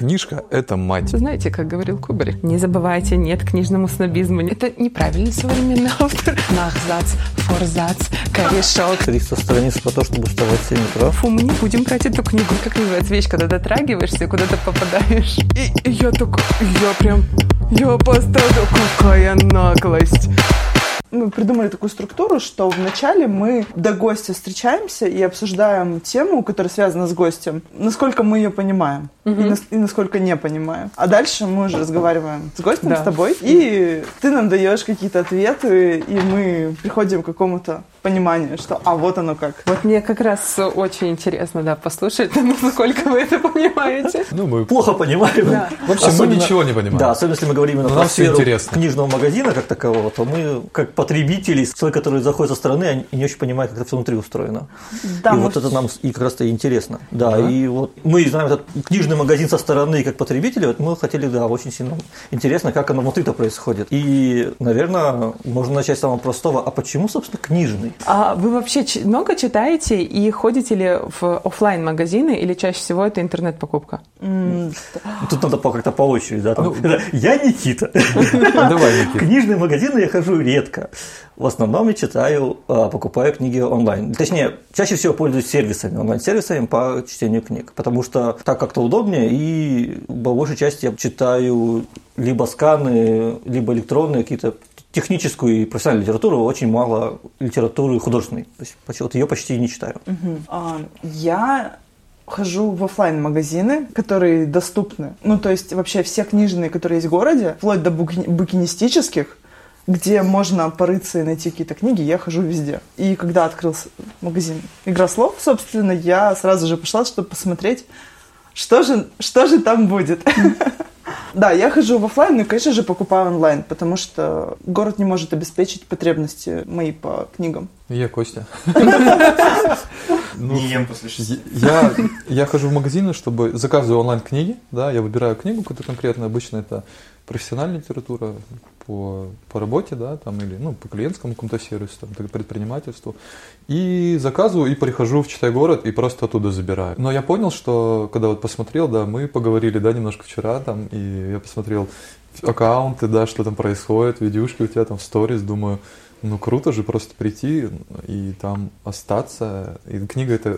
Книжка – это мать. Знаете, как говорил Кубарь, не забывайте, нет книжному снобизму. Это неправильный современный автор. Нахзац, форзац, корешок. 300 страниц про то, чтобы вставать в 7 утра. Фу, мы не будем брать эту книгу. Как называется вещь, когда дотрагиваешься, куда-то попадаешь. И я поставлю, какая наглость. Мы придумали такую структуру, что вначале мы до гостя встречаемся и обсуждаем тему, которая связана с гостем, насколько мы ее понимаем и насколько не понимаем. А дальше мы уже разговариваем с гостем, с тобой, и ты нам даешь какие-то ответы, и мы приходим к какому-то пониманию, что вот оно как. Вот мне как раз очень интересно, послушать, насколько вы это понимаете. Мы плохо понимаем. Да. В общем, мы ничего не понимаем. Да, особенно если мы говорим именно про сферу книжного магазина как такового, то мы, как потребители, человек, который заходит со стороны, они не очень понимают, как это все внутри устроено. Да, и вот это нам и как раз-то интересно. Да, и вот мы знаем этот книжный магазин со стороны как потребители, вот мы хотели, очень сильно интересно, как оно внутри-то происходит. И, наверное, можно начать с самого простого. А почему, собственно, книжный? А вы вообще много читаете и ходите ли в офлайн-магазины или чаще всего это интернет-покупка? Тут надо как-то по очереди. Да? Я Никита. Давай, Никита. В книжные магазины я хожу редко. В основном я покупаю книги онлайн. Точнее, чаще всего пользуюсь онлайн-сервисами по чтению книг, потому что так как-то удобнее, и по большей части я читаю либо сканы, либо электронные какие-то техническую и профессиональную литературу, очень мало литературы художественной. То есть вот ее почти не читаю. Я хожу в офлайн-магазины, которые доступны. То есть вообще все книжные, которые есть в городе, вплоть до букинистических, где можно порыться и найти какие-то книги, я хожу везде. И когда открылся магазин «Игра слов», собственно, я сразу же пошла, чтобы посмотреть, что же там будет. Да, я хожу в офлайн, и, конечно же, покупаю онлайн, потому что город не может обеспечить потребности мои по книгам. Я Костя. Не ем после 6. Я хожу в магазины, чтобы заказываю онлайн-книги, я выбираю книгу какую-то конкретную, обычно это профессиональная литература по работе, или по клиентскому какому-то сервису, предпринимательству. И заказываю, и прихожу в Читай-город, и просто оттуда забираю. Но я понял, что, когда посмотрел, мы поговорили, немножко вчера, и я посмотрел аккаунты, что там происходит, видюшки у тебя там в сторис, думаю, круто же просто прийти и там остаться. И книга это,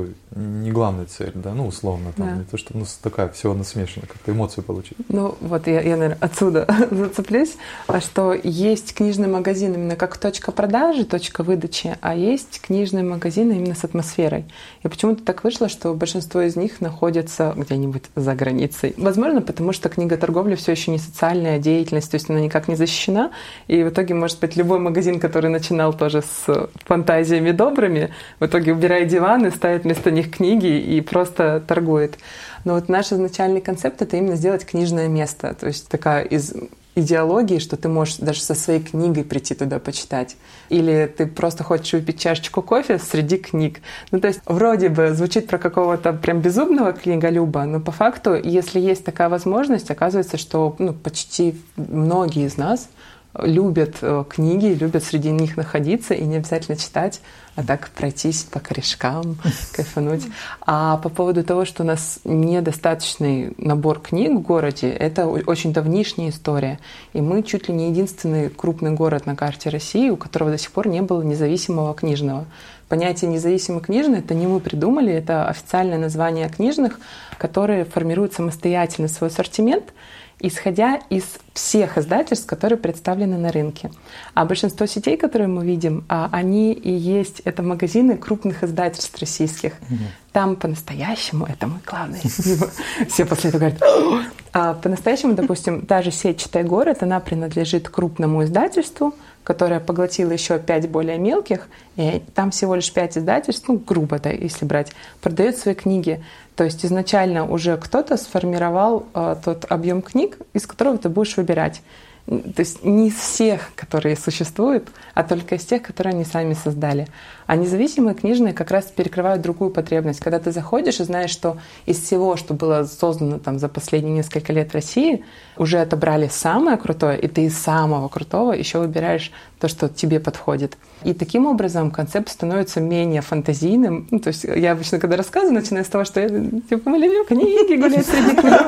не главная цель, условно. Не то, что такая всего насмешана, как-то эмоцию получить. Я, наверное, отсюда зацеплюсь, что есть книжный магазин именно как точка продажи, точка выдачи, а есть книжные магазины именно с атмосферой. И почему-то так вышло, что большинство из них находятся где-нибудь за границей. Возможно, потому что книготорговля все еще не социальная деятельность, то есть она никак не защищена, и в итоге, может быть, любой магазин, который начинал тоже с фантазиями добрыми, в итоге убирает диваны, ставит вместо них книги и просто торгует. Но наш изначальный концепт — это именно сделать книжное место. То есть такая из идеологии, что ты можешь даже со своей книгой прийти туда почитать. Или ты просто хочешь выпить чашечку кофе среди книг. То есть вроде бы звучит про какого-то прям безумного книголюба, но по факту, если есть такая возможность, оказывается, что почти многие из нас любят книги, любят среди них находиться и не обязательно читать, а так пройтись по корешкам, кайфануть. А по поводу того, что у нас недостаточный набор книг в городе, это очень давнишняя история. И мы чуть ли не единственный крупный город на карте России, у которого до сих пор не было независимого книжного. Понятие «независимый книжный» — это не мы придумали, это официальное название книжных, которые формируют самостоятельно свой ассортимент, исходя из всех издательств, которые представлены на рынке. А большинство сетей, которые мы видим, они и есть это магазины крупных издательств российских. Там по-настоящему, это мой главный. Все после этого говорят. По-настоящему, допустим, та же сеть «Читай-город», она принадлежит крупному издательству, которое поглотило еще 5 более мелких, и там всего лишь 5 издательств, грубо, если брать, продают свои книги. То есть изначально уже кто-то сформировал тот объем книг, из которого ты будешь выбирать. То есть не из всех, которые существуют, а только из тех, которые они сами создали. А независимые книжные как раз перекрывают другую потребность. Когда ты заходишь и знаешь, что из всего, что было создано за последние несколько лет в России, уже отобрали самое крутое, и ты из самого крутого еще выбираешь то, что тебе подходит. И таким образом концепт становится менее фантазийным. То есть я обычно, когда рассказываю, начинаю с того, что мы любим книги, гулять среди книг.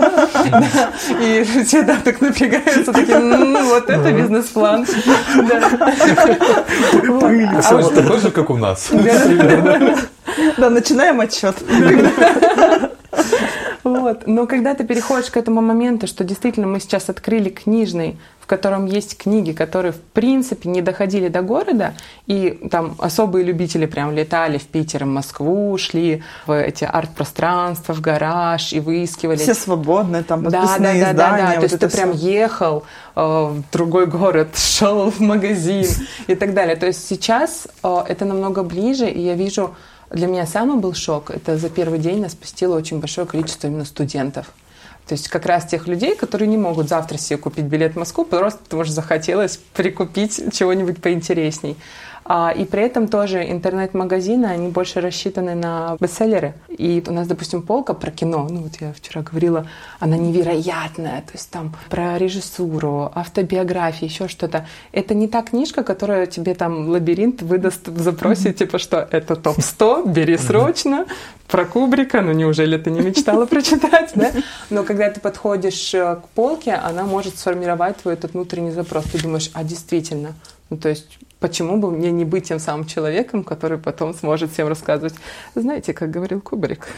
И все так напрягаются, такие, вот это бизнес-план. Такой же, как у нас. Да, начинаем отчет. Вот. Но когда ты переходишь к этому моменту, что действительно мы сейчас открыли книжный, в котором есть книги, которые в принципе не доходили до города, и там особые любители прям летали в Питер и Москву, шли в эти арт-пространства, в гараж и выискивали. Все свободные, там подписные издания. То есть ты прям ехал в другой город, шел в магазин и так далее. То есть сейчас это намного ближе, и я вижу... Для меня самый был шок. Это за первый день нас посетило очень большое количество именно студентов. То есть как раз тех людей, которые не могут завтра себе купить билет в Москву, просто потому что захотелось прикупить чего-нибудь поинтересней. И при этом тоже интернет-магазины, они больше рассчитаны на бестселлеры. И у нас, допустим, полка про кино, ну вот я вчера говорила, она невероятная, то есть там про режиссуру, автобиографии, еще что-то. Это не та книжка, которая тебе там лабиринт выдаст в запросе, типа что это топ-100, бери срочно, про Кубрика, ну неужели ты не мечтала прочитать, да? Но когда ты подходишь к полке, она может сформировать твой этот внутренний запрос. Ты думаешь, действительно, ну то есть... Почему бы мне не быть тем самым человеком, который потом сможет всем рассказывать, знаете, как говорил Кубрик.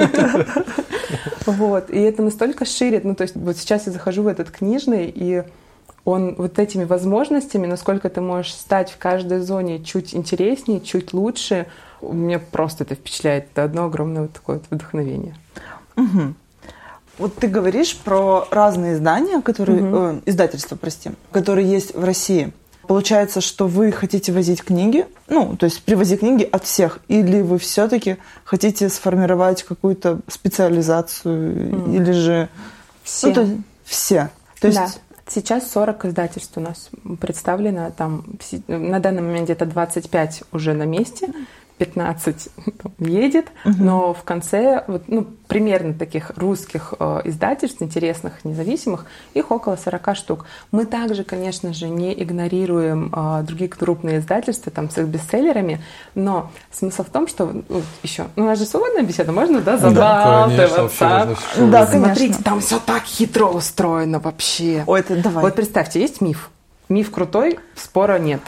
Вот. И это настолько ширит. Ну, то есть вот сейчас я захожу в этот книжный, и он вот этими возможностями, насколько ты можешь стать в каждой зоне чуть интереснее, чуть лучше, меня просто это впечатляет. Это одно огромное вот такое вот вдохновение. Вот ты говоришь про разные издания, которые, издательства, которые есть в России. Получается, что вы хотите возить книги, ну, то есть привозить книги от всех, или вы все-таки хотите сформировать какую-то специализацию, или же... Все. Ну, то есть, все. То есть... Да. Сейчас 40 издательств у нас представлено, там на данный момент где-то 25 уже на месте, 15 едет, но в конце вот, примерно таких русских издательств, интересных, независимых, их около 40 штук. Мы также, конечно же, не игнорируем другие крупные издательства там, с их бестселлерами, но смысл в том, что еще, у нас же свободная беседа, можно, да, забалтываться? Да, смотрите, там все так хитро устроено вообще. Ой, это давай. Вот представьте, есть миф. Миф крутой, спора нет.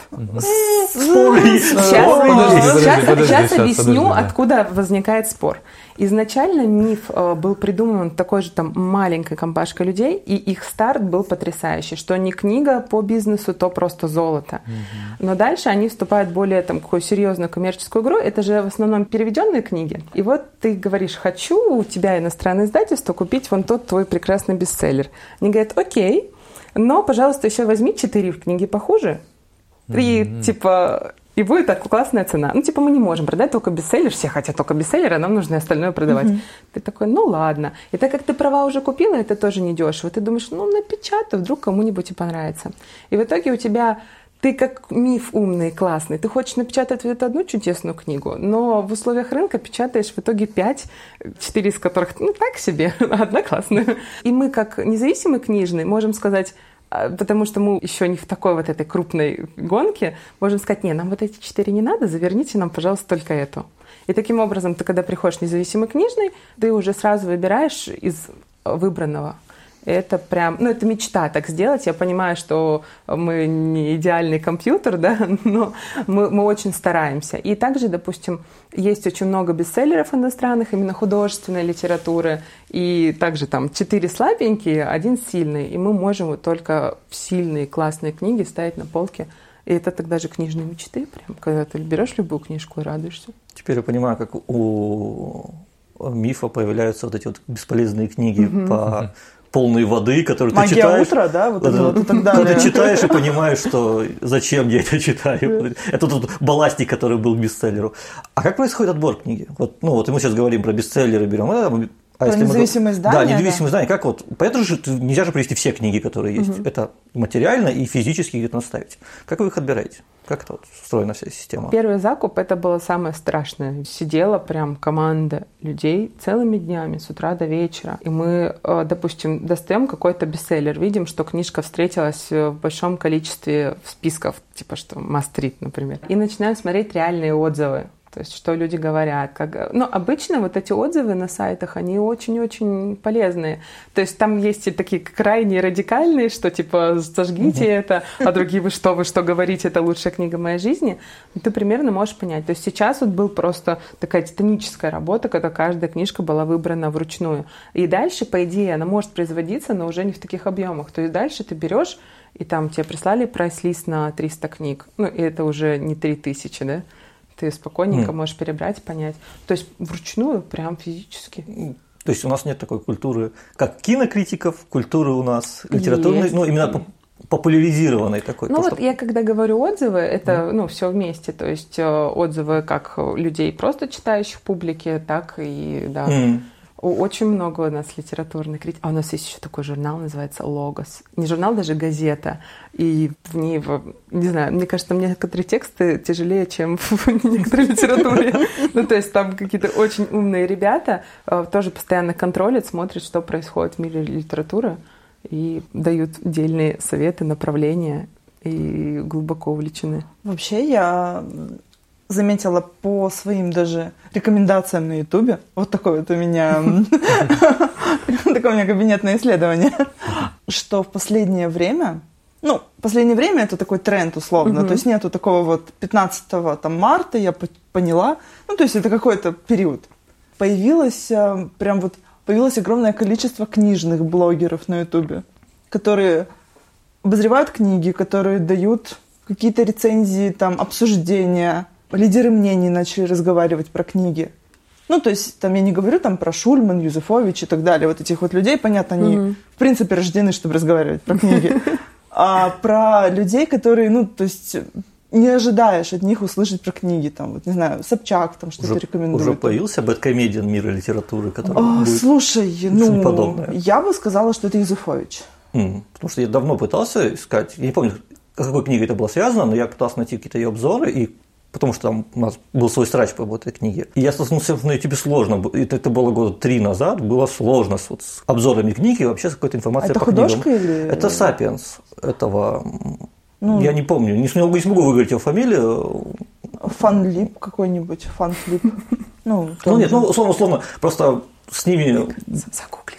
Сейчас объясню, откуда возникает спор. Изначально миф был придуман такой же там маленькой компашкой людей, и их старт был потрясающий, что не книга по бизнесу, то просто золото. Но дальше они вступают в более там какую серьезную коммерческую игру. Это же в основном переведенные книги. И вот ты говоришь, хочу у тебя иностранное издательство купить вон тот твой прекрасный бестселлер. Они говорят, окей. Но, пожалуйста, еще возьми 4 книги похуже, и, и будет так классная цена. Ну, мы не можем продать только бестселлер, все хотят только бестселлер, а нам нужно и остальное продавать. Ты такой, ну ладно. И так как ты права уже купила, это тоже недешево. Ты думаешь, напечатай, вдруг кому-нибудь и понравится. И в итоге у тебя... Ты как миф умный, классный. Ты хочешь напечатать вот эту одну чудесную книгу, но в условиях рынка печатаешь в итоге 5, 4 из которых, так себе, одна классная. И мы, как независимый книжный, можем сказать, потому что мы еще не в такой вот этой крупной гонке, можем сказать, нам вот эти 4 не надо, заверните нам, пожалуйста, только эту. И таким образом, ты когда приходишь в независимый книжный, ты уже сразу выбираешь из выбранного. Это прям, это мечта так сделать. Я понимаю, что мы не идеальный компьютер, да, но мы очень стараемся. И также, допустим, есть очень много бестселлеров иностранных, именно художественной литературы, и также там 4 слабенькие, 1 сильный, и мы можем вот только сильные классные книги ставить на полке. И это тогда же книжные мечты, прям, когда ты берешь любую книжку и радуешься. Теперь я понимаю, как у мифа появляются вот эти вот бесполезные книги по полной воды, которые ты читаешь. Магия утра, да? Вот это и так далее. Ты читаешь и понимаешь, что зачем я это читаю. Это тот балластик, который был к бестселлеру. А как происходит отбор книги? Вот мы сейчас говорим про бестселлеры, берем. Независимые издания? Да, независимые издания. Как поэтому же нельзя же привести все книги, которые есть. Это материально и физически где-то наставить. Как вы их отбираете? Как это устроена вся система? Первый закуп – это было самое страшное. Сидела прям команда людей целыми днями, с утра до вечера. И мы, допустим, достаем какой-то бестселлер, видим, что книжка встретилась в большом количестве списков, типа что Must Read, например. И начинаем смотреть реальные отзывы. То есть, что люди говорят. Ну, обычно вот эти отзывы на сайтах, они очень-очень полезные. То есть, там есть и такие крайне радикальные, что типа «сожгите это», а другие «вы что говорите, это лучшая книга моей жизни». И ты примерно можешь понять. То есть, сейчас вот был просто такая титаническая работа, когда каждая книжка была выбрана вручную. И дальше, по идее, она может производиться, но уже не в таких объемах. То есть, дальше ты берешь, и там тебе прислали прайс-лист на 300 книг. Ну, и это уже не 3000, да? Ты спокойненько можешь перебрать, понять. То есть вручную, прям физически. То есть у нас нет такой культуры, как кинокритиков, культуры у нас литературной, есть. Ну, именно популяризированной такой. Ну, вот я когда говорю отзывы, это, ну, все вместе. То есть отзывы как людей, просто читающих публики, так и, да. Очень много у нас литературной критики. А у нас есть еще такой журнал, называется «Логос». Не журнал, даже газета. И в ней, не знаю, мне кажется, там некоторые тексты тяжелее, чем в некоторой литературе. Ну, то есть там какие-то очень умные ребята тоже постоянно контролят, смотрят, что происходит в мире литературы, и дают дельные советы, направления, и глубоко увлечены. Вообще, я заметила по своим даже рекомендациям на Ютубе. Вот такое вот у меня такое у меня кабинетное исследование, что в последнее время, ну, последнее время это такой тренд условно, то есть нету такого вот 15 марта, я поняла, ну, то есть это какой-то период. Появилось огромное количество книжных блогеров на Ютубе, которые обозревают книги, которые дают какие-то рецензии, там, обсуждения. Лидеры мнений начали разговаривать про книги. Ну, то есть, там, я не говорю там про Шульман, Юзефович и так далее. Вот этих вот людей, понятно, они, в принципе, рождены, чтобы разговаривать про книги. А про людей, которые, ну, то есть, не ожидаешь от них услышать про книги. Там, вот, не знаю, Собчак там что-то рекомендует. Уже появился бэдкомедиан мира литературы, который будет слушай, ну, я бы сказала, что это Юзефович. Потому что я давно пытался искать, я не помню, с какой книгой это было связано, но я пытался найти какие-то ее обзоры, и потому что там у нас был свой срач по этой книге. И я столкнулся на YouTube сложно. Это было года 3 назад. Было сложно с обзорами книги и вообще с какой-то информацией по книгам. Это художка или... Это «Сапиенс». Этого... я не помню. Не смогу выговорить его фамилию. Фанлип какой-нибудь. Фанфлип. Нет, условно. Просто с ними... Загуглить.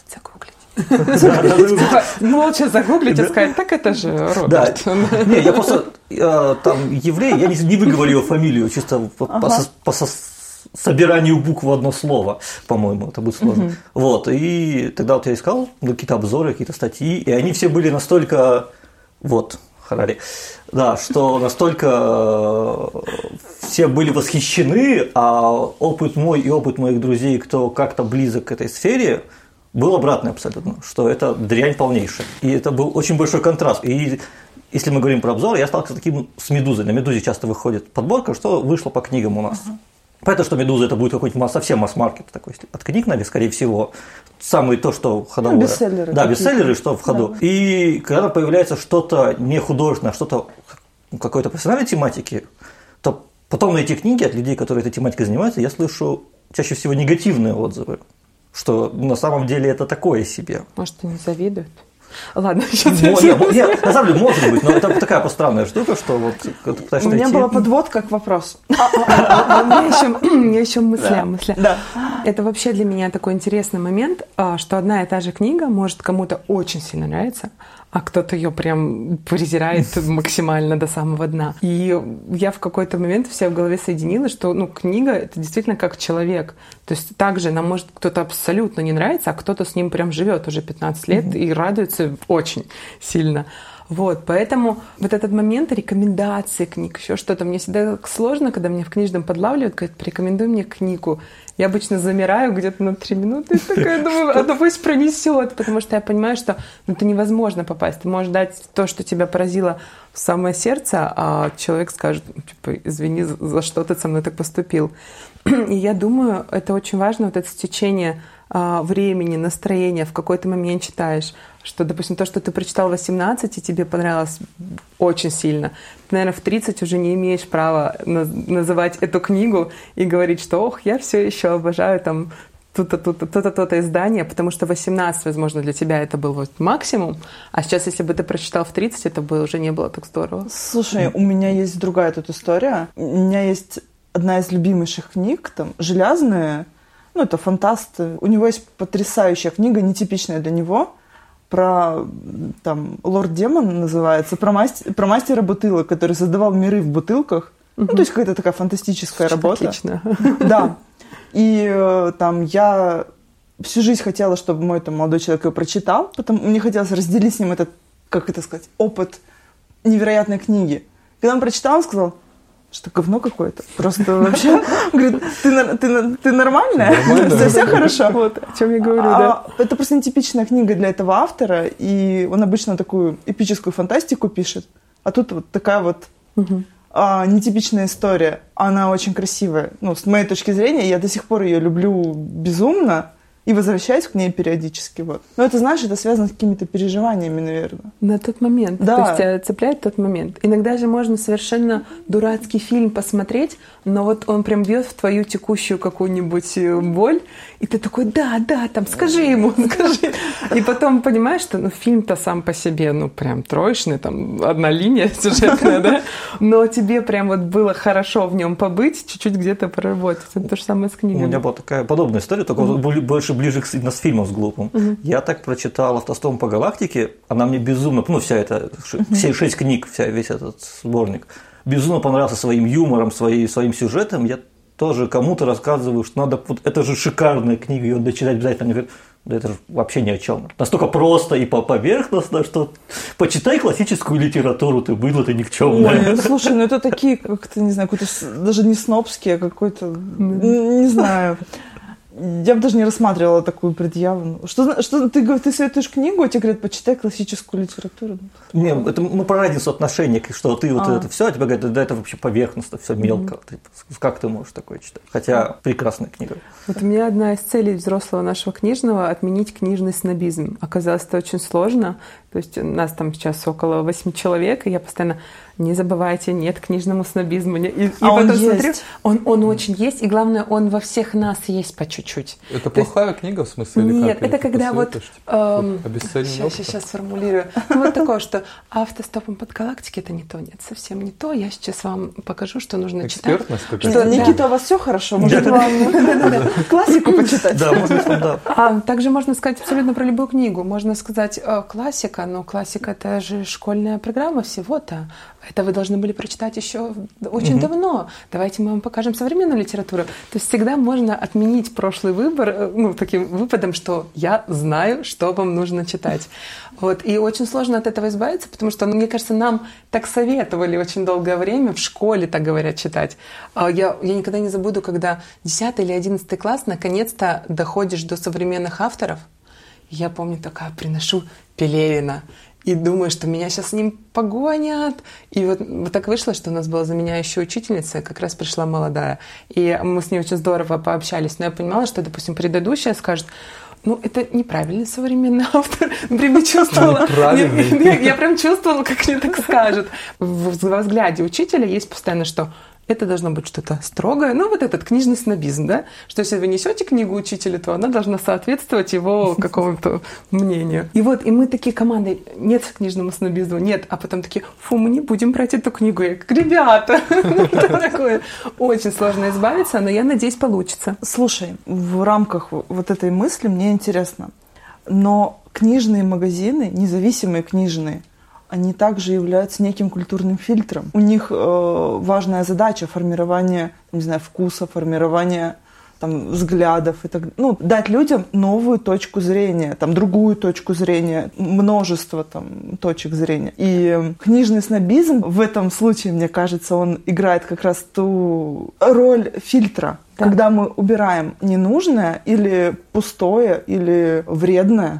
Молча загуглить и сказать, так это же Роберт. Да. Не, я просто там еврей, я не выговорил его фамилию, чисто по собиранию букв в одно слово, по-моему, это будет сложно. Вот, и тогда вот я искал какие-то обзоры, какие-то статьи, и они все были настолько, Харари, да, что настолько все были восхищены, а опыт мой и опыт моих друзей, кто как-то близок к этой сфере, был обратный абсолютно, что это дрянь полнейшая. И это был очень большой контраст. И если мы говорим про обзоры, я сталкивался таким с «Медузой». На «Медузе» часто выходит подборка, что вышло по книгам у нас. Понятно, что «Медуза» это будет какой-нибудь совсем масс-маркет такой, от книг, наверное, скорее всего. Самые то, что ходовое. Бестселлеры. Да, бестселлеры, что в ходу. Да. И когда появляется что-то не художественное, а что-то какой-то профессиональной тематики, то потом на эти книги от людей, которые этой тематикой занимаются, я слышу чаще всего негативные отзывы. Что на самом деле это такое себе. Может, они завидуют? Ладно, сейчас на самом деле, может быть, но это такая странная штука, что вот ты пытаешься найти. У меня была подводка к вопросу. У меня еще мысля. Да. Это вообще для меня такой интересный момент, что одна и та же книга может кому-то очень сильно нравиться, а кто-то ее прям презирает максимально до самого дна. И я в какой-то момент вся в голове соединила, что книга — это действительно как человек. То есть также нам может кто-то абсолютно не нравится, а кто-то с ним прям живет уже 15 лет и радуется очень сильно. Вот, поэтому вот этот момент рекомендации книг, еще что-то, мне всегда так сложно, когда меня в книжном подлавливают, говорят, порекомендуй мне книгу. Я обычно замираю где-то на 3 минуты и такая думаю, пусть пронесет, потому что я понимаю, что это невозможно попасть. Ты можешь дать то, что тебя поразило в самое сердце, а человек скажет, извини, за что ты со мной так поступил. И я думаю, это очень важно, вот это стечение времени, настроения, в какой-то момент читаешь, что, допустим, то, что ты прочитал в 18 и тебе понравилось очень сильно, ты, наверное, в 30 уже не имеешь права называть эту книгу и говорить, что, я все еще обожаю там то-то издание, потому что 18, возможно, для тебя это был вот максимум, а сейчас, если бы ты прочитал в 30, это бы уже не было так здорово. Слушай, у меня есть другая тут история. У меня есть одна из любимейших книг, там, «Железные», ну, это фантаст. У него есть потрясающая книга, нетипичная для него, про, там, «Лорд Демон» называется, про мастера бутылок, который создавал миры в бутылках. Ну, то есть какая-то такая фантастическая работа. Отлично. Да. И там я всю жизнь хотела, чтобы мой там молодой человек ее прочитал, мне хотелось разделить с ним этот, как это сказать, опыт невероятной книги. Когда он прочитал, он сказал, что говно какое-то. Просто вообще, говорит, ты нормальная? Все хорошо? Вот, о чем я говорю, да. Это просто нетипичная книга для этого автора, и он обычно такую эпическую фантастику пишет, а тут вот такая вот нетипичная история. Она очень красивая. Ну, с моей точки зрения, я до сих пор ее люблю безумно и возвращаюсь к ней периодически. Вот. Но это, знаешь, это связано с какими-то переживаниями, наверное. На тот момент. Да. То есть тебя цепляет тот момент. Иногда же можно совершенно дурацкий фильм посмотреть, но вот он прям бьет в твою текущую какую-нибудь боль, и ты такой, да, там, скажи ему, скажи. И потом понимаешь, что фильм-то сам по себе, прям троечный, там, одна линия сюжетная, да, но тебе прям вот было хорошо в нем побыть, чуть-чуть где-то проработать. Это то же самое с книгами. У меня была такая подобная история, только больше ближе именно с фильмом, с глупым. Я так прочитал «Автостом по галактике», она мне безумно, все 6 книг, весь этот сборник, безумно понравился своим юмором, своим сюжетом. Я тоже кому-то рассказываю, что надо, вот это же шикарная книга, ее дочитать обязательно. Мне говорят, да это же вообще ни о чем. Настолько просто и поверхностно, что почитай классическую литературу, ты быдло, ты никчемная. Ой, слушай, это такие, как-то, не знаю, какой-то даже не снобские, а какой-то, не знаю. Я бы даже не рассматривала такую предъяву. Что ты советуешь книгу, а тебе говорят, почитай классическую литературу? Не, это про разницу отношений, что ты вот это все, а тебе говорят, да это вообще поверхностно, все мелко. Как ты можешь такое читать? Хотя прекрасная книга. Вот у меня одна из целей взрослого нашего книжного — отменить книжный снобизм. Оказалось, это очень сложно. То есть у нас там сейчас около 8 человек, и я постоянно, не забывайте, нет книжному снобизму. И потом он смотрю, есть. Он очень есть, и главное, он во всех нас есть по чуть-чуть. Это плохая книга, в смысле? Нет, это когда вот... Обесценивание опыта? Сейчас сформулирую. Вот такое, что «Автостопом под галактикой» — это не то, нет, совсем не то. Я сейчас вам покажу, что нужно читать. Экспертность какая-то? Что, Никита, у вас все хорошо? Может, вам классику почитать? Да, можно, да. Также можно сказать абсолютно про любую книгу. Можно сказать классика, но классика — это же школьная программа всего-то. Это вы должны были прочитать еще очень давно. Давайте мы вам покажем современную литературу. То есть всегда можно отменить прошлый выбор таким выпадом, что я знаю, что вам нужно читать. Вот. И очень сложно от этого избавиться, потому что, мне кажется, нам так советовали очень долгое время, в школе, так говорят, читать. Я никогда не забуду, когда 10 или 11 класс наконец-то доходишь до современных авторов. Я помню, такая приношу Пелевина. И думаю, что меня сейчас с ним погонят. И вот так вышло, что у нас была заменяющая учительница, как раз пришла молодая. И мы с ней очень здорово пообщались. Но я понимала, что, допустим, предыдущая скажет, это неправильный современный автор. Прям чувствовала. Я прям чувствовала, как мне так скажут. В взгляде учителя есть постоянно, что это должно быть что-то строгое. Вот этот книжный снобизм, да? Что если вы несете книгу учителя, то она должна соответствовать его какому-то мнению. И мы такие команды, нет книжному снобизму, нет. А потом такие, мы не будем брать эту книгу. Я как, ребята, такое. Очень сложно избавиться, но я надеюсь, получится. Слушай, в рамках вот этой мысли мне интересно, но книжные магазины, независимые книжные, они также являются неким культурным фильтром. У них важная задача формирования, вкуса, формирования взглядов. Дать людям новую точку зрения, другую точку зрения, множество точек зрения. И книжный снобизм в этом случае, мне кажется, он играет как раз ту роль фильтра. Да. Когда мы убираем ненужное или пустое, или вредное,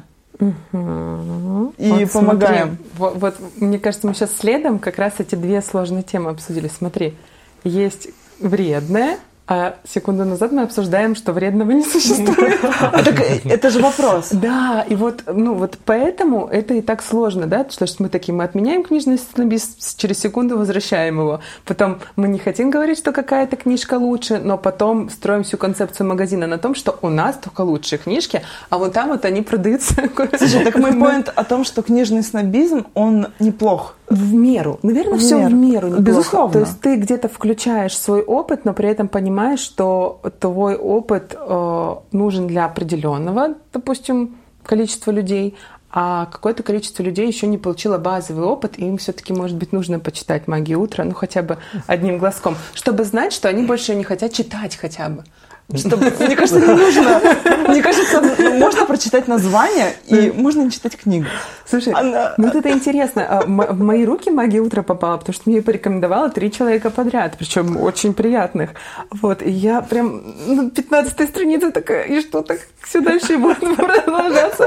и помогаем. Смотри, мне кажется, мы сейчас следом как раз эти две сложные темы обсудили. Смотри, есть вредное, а секунду назад мы обсуждаем, что вредного не существует. Это же вопрос. Да, и поэтому это и так сложно, да, что мы отменяем книжный снобизм, через секунду возвращаем его. Потом мы не хотим говорить, что какая-то книжка лучше, но потом строим всю концепцию магазина на том, что у нас только лучшие книжки, а там они продаются. Слушай, так мой поинт о том, что книжный снобизм, он неплох. В меру. Наверное, все в меру неплохо. Безусловно. То есть ты где-то включаешь свой опыт, но при этом понимаешь, что твой опыт нужен для определенного, допустим, количества людей, а какое-то количество людей еще не получило базовый опыт, и им все-таки, может быть, нужно почитать «Магию утра», ну хотя бы одним глазком, чтобы знать, что они больше не хотят читать хотя бы. Чтобы, мне кажется, не нужно. Мне кажется, можно прочитать название, и можно не читать книгу. Слушай, ну вот это интересно. В мои руки «Магия утра» попала, потому что мне порекомендовало 3 человека подряд, причем очень приятных. Вот, и я прям на 15-й странице такая, и что так все дальше будет продолжаться.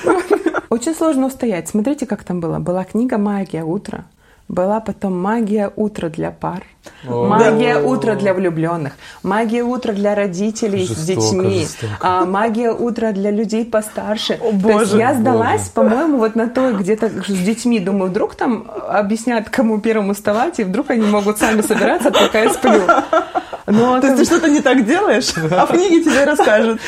Очень сложно устоять. Смотрите, как там было. Была книга «Магия утра». Была потом «Магия утра» для пар, «Магия утра» для влюбленных, «Магия утра» для родителей с детьми, «Магия утра» для людей постарше. То есть я сдалась, по-моему, вот на той где-то с детьми. Думаю, вдруг там объяснят, кому первому вставать, и вдруг они могут сами собираться, пока я сплю. То есть ты что-то не так делаешь, а в книге тебе расскажут.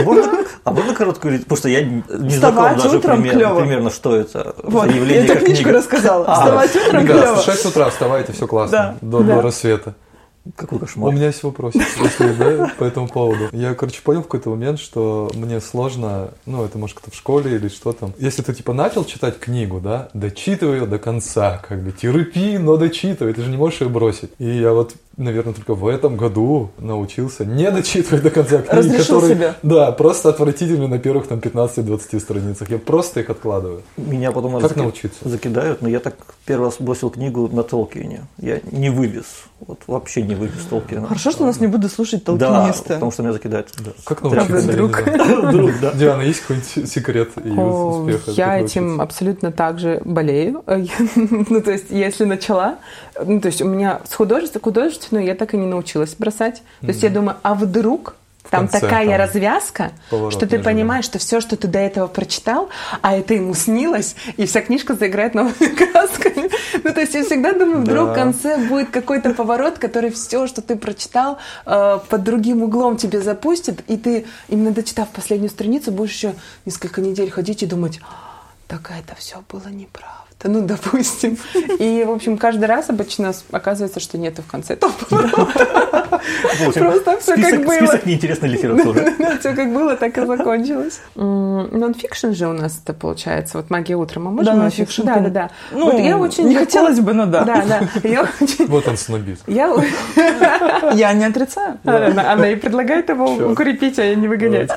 А можно короткую, потому что я не знаком даже примерно, что это за явление, как книга. Я эту книжку рассказала. Вставать утром клево. В 6 утра вставайте, все классно, до рассвета. Какой кошмар. У меня есть вопросик, если, по этому поводу. Я, понял в какой-то момент, что мне сложно, это может кто в школе или что там. Если ты, начал читать книгу, да, дочитывай ее до конца, терпи, но дочитывай, ты же не можешь ее бросить. И я наверное, только в этом году научился не дочитывать до конца книги, которые, да, просто отвратительны на первых 15-20 страницах. Я просто их откладываю. Меня потом научиться? Закидают, но я так первый раз бросил книгу на Толкиене. Я не вывез, вообще не вывез Толкиена. Хорошо, что нас не будут слушать толкинисты. Да, потому что меня закидают. Да. Как научиться? Вдруг, да. Диана, есть какой-нибудь секрет ее успеха? Я этим абсолютно так же болею. То есть, если начала, то есть у меня с художественной я так и не научилась бросать. То есть я думаю, а вдруг там такая развязка, что ты понимаешь, что все, что ты до этого прочитал, а это ему снилось, и вся книжка заиграет новыми красками. То есть я всегда думаю, вдруг в конце будет какой-то поворот, который все, что ты прочитал, под другим углом тебе запустит, и ты, именно дочитав последнюю страницу, будешь еще несколько недель ходить и думать, так это все было неправда. Допустим. И, в общем, каждый раз обычно оказывается, что нету в конце этого поворота. Просто все как было. Список неинтересной литературы. Все как было, так и закончилось. Нонфикшн же у нас это получается. Вот «Магия утра». Мы можем нонфикшн? Да. Я очень не хотелось бы, но да. Да. Вот он снобизм. Я не отрицаю. Она и предлагает его укрепить, а не выгонять.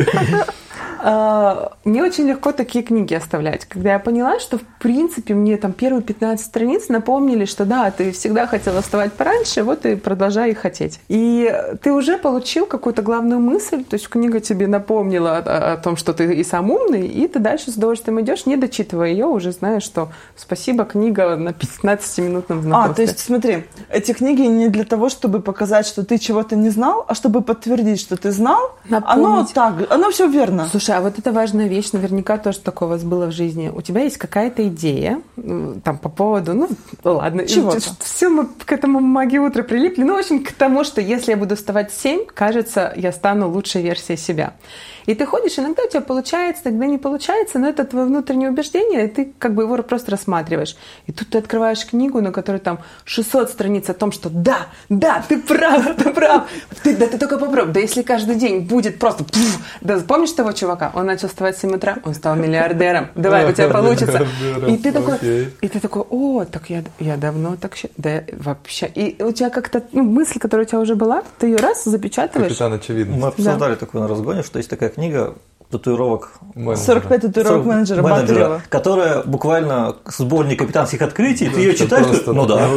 Мне очень легко такие книги оставлять. Когда я поняла, что, в принципе, мне там первые 15 страниц напомнили, что да, ты всегда хотела вставать пораньше, вот и продолжай их хотеть. И ты уже получил какую-то главную мысль, то есть книга тебе напомнила о том, что ты и сам умный, и ты дальше с удовольствием идешь, не дочитывая ее, уже знаешь, что спасибо, книга на 15-минутном знакомстве. То есть смотри, эти книги не для того, чтобы показать, что ты чего-то не знал, а чтобы подтвердить, что ты знал. Напомнить. Оно все верно. Слушай, а вот это важная вещь, наверняка тоже такое у вас было в жизни. У тебя есть какая-то идея там по поводу, ладно, чего-то. Все мы к этому «Магии утра» прилипли. В общем, к тому, что если я буду вставать в 7, кажется, я стану лучшей версией себя. И ты ходишь, иногда у тебя получается, иногда не получается, но это твое внутреннее убеждение, и ты его просто рассматриваешь. И тут ты открываешь книгу, на которой там 600 страниц о том, что да, ты прав. Ты только попробуй. Да если каждый день будет просто... Да помнишь того чувака? Он начал вставать в 7 утра, он стал миллиардером. Давай, у тебя получится. И ты такой, так я давно так считаю. Да, вообще. И у тебя как-то мысль, которая у тебя уже была, ты ее раз запечатываешь. Капитан очевидно. Мы обсуждали такое на разгоне, что есть такая книга татуировок 45 татуировок менеджера Батарева, которая буквально сборник капитанских открытий, ты ее читаешь, Это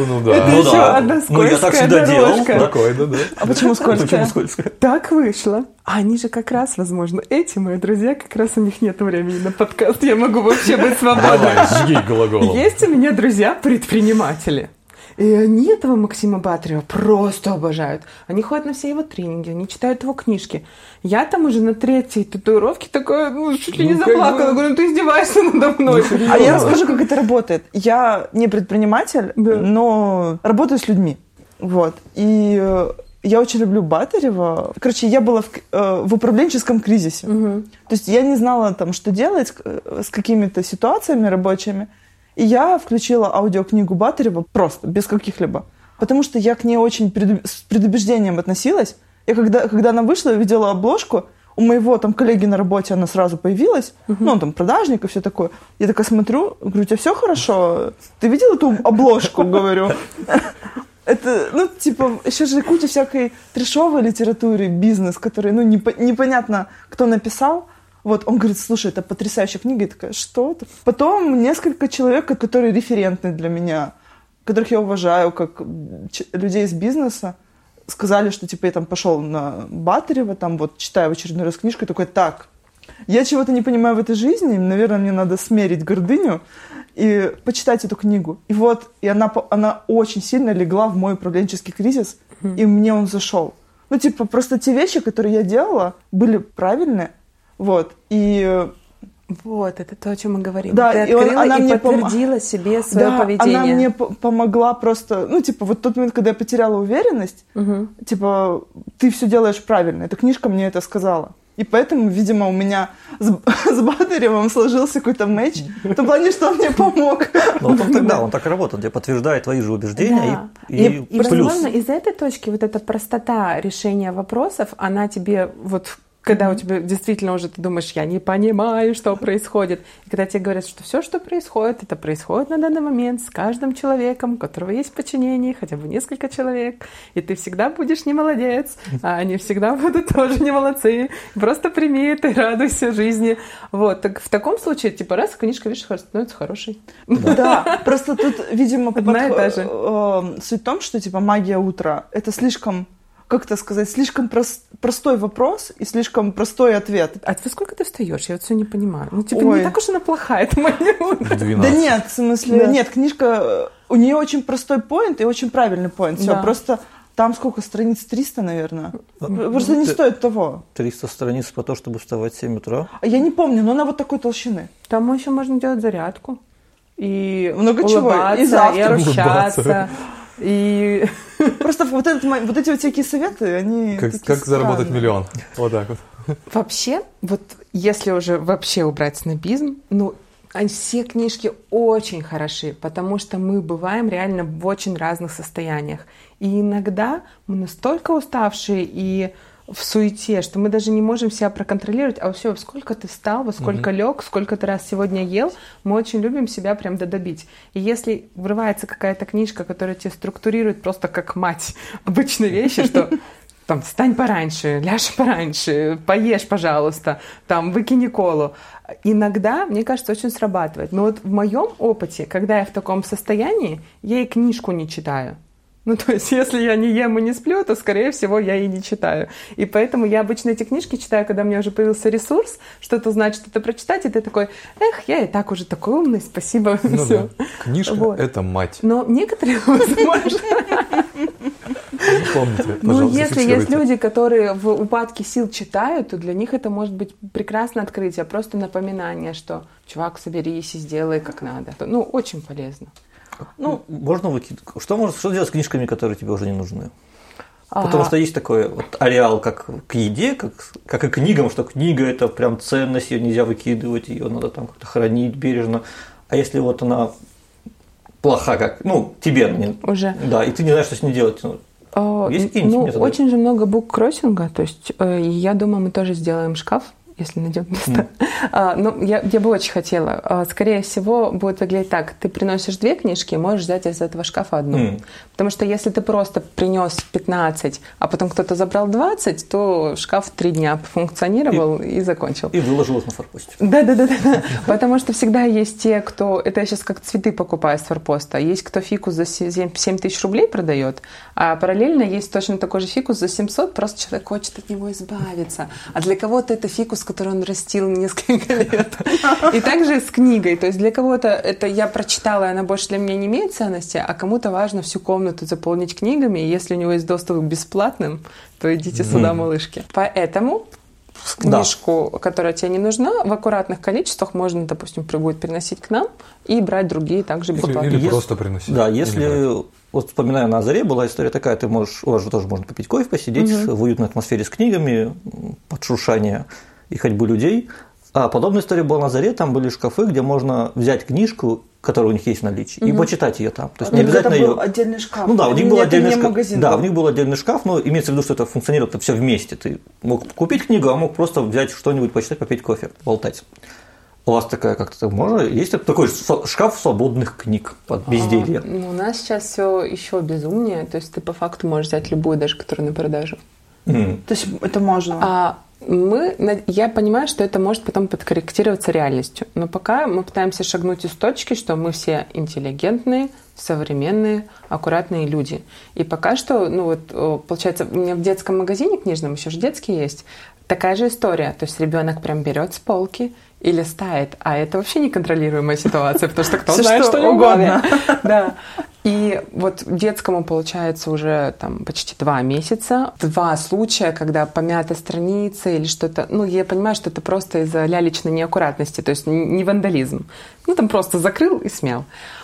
еще одна скользкая я так всегда делал. А почему скользкая? Так вышло. Они же как раз, возможно, эти мои друзья, как раз у них нет времени на подкаст, я могу вообще быть свободной. Давай, жги глаголом. Есть у меня друзья-предприниматели. И они этого Максима Батарева просто обожают. Они ходят на все его тренинги, они читают его книжки. Я там уже на 3-й татуировке такая, чуть ли не заплакала. Говорю, ты издеваешься надо мной. А я расскажу, как это работает. Я не предприниматель, но работаю с людьми. Вот. И я очень люблю Батарева. Короче, я была в управленческом кризисе. То есть я не знала, что делать с какими-то ситуациями рабочими. И я включила аудиокнигу Батарева просто, без каких-либо. Потому что я к ней очень с предубеждением относилась. И когда она вышла, я видела обложку, у моего там коллеги на работе она сразу появилась, ну, он там продажник и все такое. Я такая смотрю, говорю, у тебя все хорошо? Ты видел эту обложку, говорю? Это, ну, типа, еще же куча всякой трешовой литературы, бизнес, который, ну, непонятно, кто написал. Вот, он говорит, слушай, это потрясающая книга. Я такая, что? Потом несколько человек, которые референтны для меня, которых я уважаю, как людей из бизнеса, сказали, что, типа, я там пошел на Батарева, там, вот, читаю в очередной раз книжку, и такой, так, я чего-то не понимаю в этой жизни, наверное, мне надо смерить гордыню и почитать эту книгу. И вот, и она очень сильно легла в мой управленческий кризис, и мне он зашел. Ну, типа, просто те вещи, которые я делала, были правильные, вот, и... Вот, это то, о чем мы говорим. Да, ты открыла и подтвердила себе свое поведение. Она мне помогла просто, ну, типа, вот тот момент, когда я потеряла уверенность, типа, ты все делаешь правильно. Эта книжка мне это сказала. И поэтому, видимо, у меня с Батаревым сложился какой-то матч, в том плане, что он мне помог. Но вот он тогда, он так и работает, где подтверждает твои же убеждения, да. и плюс. Возможно, из этой точки вот эта простота решения вопросов, она тебе вот... Когда у тебя действительно уже ты думаешь, я не понимаю, что происходит. И когда тебе говорят, что все, что происходит, это происходит на данный момент с каждым человеком, у которого есть подчинение, хотя бы несколько человек, и ты всегда будешь не молодец, а они всегда будут тоже не молодцы. Просто прими это и радуйся жизни. Вот. Так в таком случае, типа, раз книжка, видишь, становится хорошей. Да, просто тут, видимо, одна и та же. Суть в том, что, типа, магия утра — это слишком... Как это сказать, слишком простой вопрос и слишком простой ответ. А во сколько ты встаешь? Я вот все не понимаю. Ну, типа, не так уж она плохая, это моя утро. Да нет, в смысле, нет, книжка, у нее очень простой поинт и очень правильный поинт. Все, просто там сколько, страниц 300, наверное? Просто не стоит того. 300 страниц про то, чтобы вставать в 7 утра? Я не помню, но она вот такой толщины. Там еще можно делать зарядку. И много улыбаться, чего. И общаться. И... Просто вот эти вот всякие советы, они... Как заработать миллион. Вот так вот. Вообще, вот если уже вообще убрать снобизм, ну, все книжки очень хороши, потому что мы бываем реально в очень разных состояниях. И иногда мы настолько уставшие и в суете, что мы даже не можем себя проконтролировать, а вообще, во сколько ты встал, во сколько лег, сколько ты раз сегодня ел, мы очень любим себя прям додобить. И если врывается какая-то книжка, которая тебя структурирует просто как мать обычные вещи, что там встань пораньше, ляжь пораньше, поешь, пожалуйста, там выкини колу. Иногда, мне кажется, очень срабатывает. Но вот в моем опыте, когда я в таком состоянии, я и книжку не читаю. Ну, то есть, если я не ем и не сплю, то, скорее всего, я и не читаю. И поэтому я обычно эти книжки читаю, когда у меня уже появился ресурс, что-то значит это прочитать, и ты такой, я и так уже такой умный, спасибо, ну все. Да. Книжка вот. Это мать. Но некоторые, возможно... Помните, ну, если есть люди, которые в упадке сил читают, то для них это может быть прекрасное открытие, просто напоминание, что, чувак, соберись и сделай как надо. Ну, очень полезно. Ну, можно выкидывать. Что делать с книжками, которые тебе уже не нужны? Потому что есть такой вот ареал, как к еде, как и к книгам, что книга – это прям ценность, ее нельзя выкидывать, ее надо там как-то хранить бережно. А если вот она плоха, как, ну, тебе не, уже. Да, и ты не знаешь, что с ней делать. Есть какие-нибудь методы? Очень же много буккроссинга, то есть я думаю, мы тоже сделаем шкаф, если найдем место. Но я бы очень хотела. Скорее всего, будет выглядеть так. Ты приносишь 2 книжки, можешь взять из этого шкафа одну. Потому что если ты просто принес 15, а потом кто-то забрал 20, то шкаф 3 дня функционировал и закончил. И выложил их на форпосте. Да. Потому что всегда есть те, кто... Это я сейчас как цветы покупаю с форпоста. Есть кто фикус за 7 тысяч рублей продает, а параллельно есть точно такой же фикус за 700, просто человек хочет от него избавиться. А для кого-то это фикус, который он растил несколько лет. И также с книгой. То есть для кого-то это я прочитала, и она больше для меня не имеет ценности, а кому-то важно всю комнату заполнить книгами, и если у него есть доступ к бесплатным, то идите сюда, малышки. Поэтому книжку, которая тебе не нужна, в аккуратных количествах можно, допустим, будет переносить к нам и брать другие также бесплатно. Или просто приносить. Да, если... Вот вспоминаю, на Заре была история такая, у вас же тоже можно попить кофе, посидеть в уютной атмосфере с книгами, под шуршание и ходьбу людей. А подобная история была на Заре, там были шкафы, где можно взять книжку которая у них есть в наличии, и почитать ее там. То есть не обязательно это был отдельный шкаф. Ну да, у них был отдельный шкаф. Магазин, да, у них был отдельный шкаф, но имеется в виду, что это функционирует все вместе. Ты мог купить книгу, а мог просто взять что-нибудь, почитать, попить кофе, болтать. У вас такая как-то можно? Есть такой шкаф свободных книг под безделье? У нас сейчас все еще безумнее. То есть ты по факту можешь взять любую, даже которую на продажу. То есть это можно. Я понимаю, что это может потом подкорректироваться реальностью. Но пока мы пытаемся шагнуть из точки, что мы все интеллигентные, современные, аккуратные люди. И пока что, получается, у меня в детском магазине книжном, еще же детский есть, такая же история. То есть ребенок прям берет с полки и листает. А это вообще неконтролируемая ситуация, потому что кто знает, что угодно. Да. И вот детскому, получается, уже там почти 2 месяца. 2 случая, когда помята страница или что-то. Я понимаю, что это просто из-за лялечной неаккуратности, то есть не вандализм. Там просто закрыл и смял.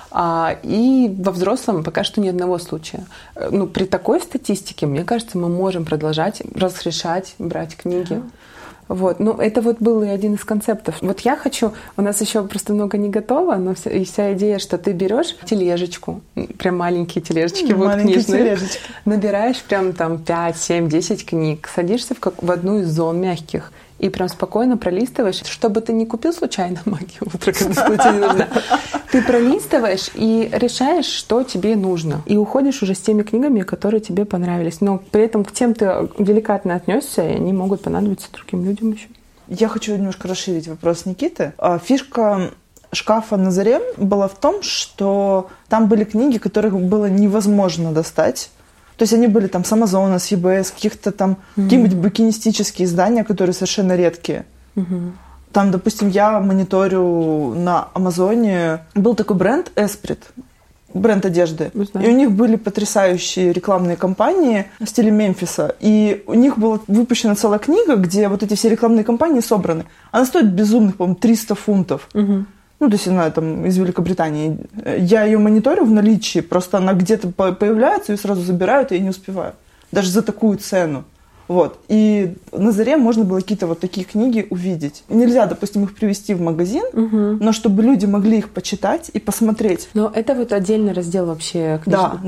И во взрослом пока что ни одного случая. При такой статистике, мне кажется, мы можем продолжать разрешать брать книги. Это был и один из концептов. Я хочу, у нас еще просто много не готово, но вся идея, что ты берешь тележечку, прям маленькие тележечки будут книжные, набираешь прям там 5, 7, 10 книг, садишься в одну из зон мягких и прям спокойно пролистываешь, чтобы ты не купил случайно «Магию утра», когда тебе не нужна. Ты пролистываешь и решаешь, что тебе нужно. И уходишь уже с теми книгами, которые тебе понравились. Но при этом к тем ты деликатно отнесся, и они могут понадобиться другим людям еще. Я хочу немножко расширить вопрос Никиты. Фишка шкафа на Заре была в том, что там были книги, которых было невозможно достать. То есть они были там с Амазона, с eBay, каких-то там какие-нибудь букинистические издания, которые совершенно редкие. Там, допустим, я мониторю на Амазоне. Был такой бренд Esprit, бренд одежды. И у них были потрясающие рекламные кампании в стиле Мемфиса. И у них была выпущена целая книга, где вот эти все рекламные кампании собраны. Она стоит безумных, по-моему, 300 фунтов. То есть она там из Великобритании. Я ее мониторю в наличии, просто она где-то появляется, ее сразу забирают, и я не успеваю. Даже за такую цену. И на Заре можно было какие-то вот такие книги увидеть. Нельзя, допустим, их привезти в магазин, но чтобы люди могли их почитать и посмотреть. Но это отдельный раздел вообще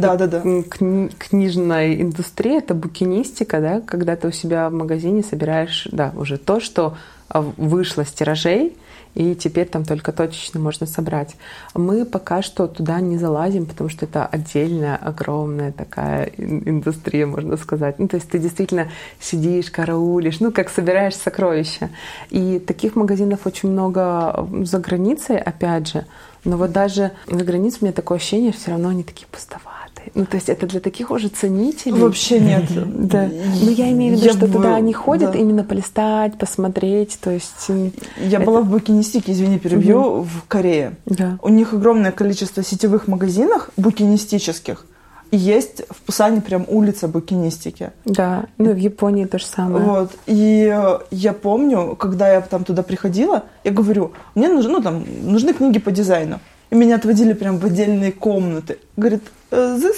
книжной индустрии, это букинистика, да, когда ты у себя в магазине собираешь, уже то, что вышло с тиражей, и теперь там только точечно можно собрать. Мы пока что туда не залазим, потому что это отдельная, огромная такая индустрия, можно сказать. То есть ты действительно сидишь, караулишь, как собираешь сокровища. И таких магазинов очень много за границей, опять же. Но даже за границей у меня такое ощущение, что все равно они такие пустоватые. То есть это для таких уже ценителей. Вообще нет. Да. Но я имею в виду, что туда они ходят именно полистать, посмотреть. То есть я была в букинистике, извини, перебью, в Корее. Да. У них огромное количество сетевых магазинов букинистических. И есть в Пусане прям улица букинистики. Да, в Японии то же самое. И я помню, когда я там туда приходила, я говорю, мне нужны книги по дизайну. И меня отводили прям в отдельные комнаты. Говорит, this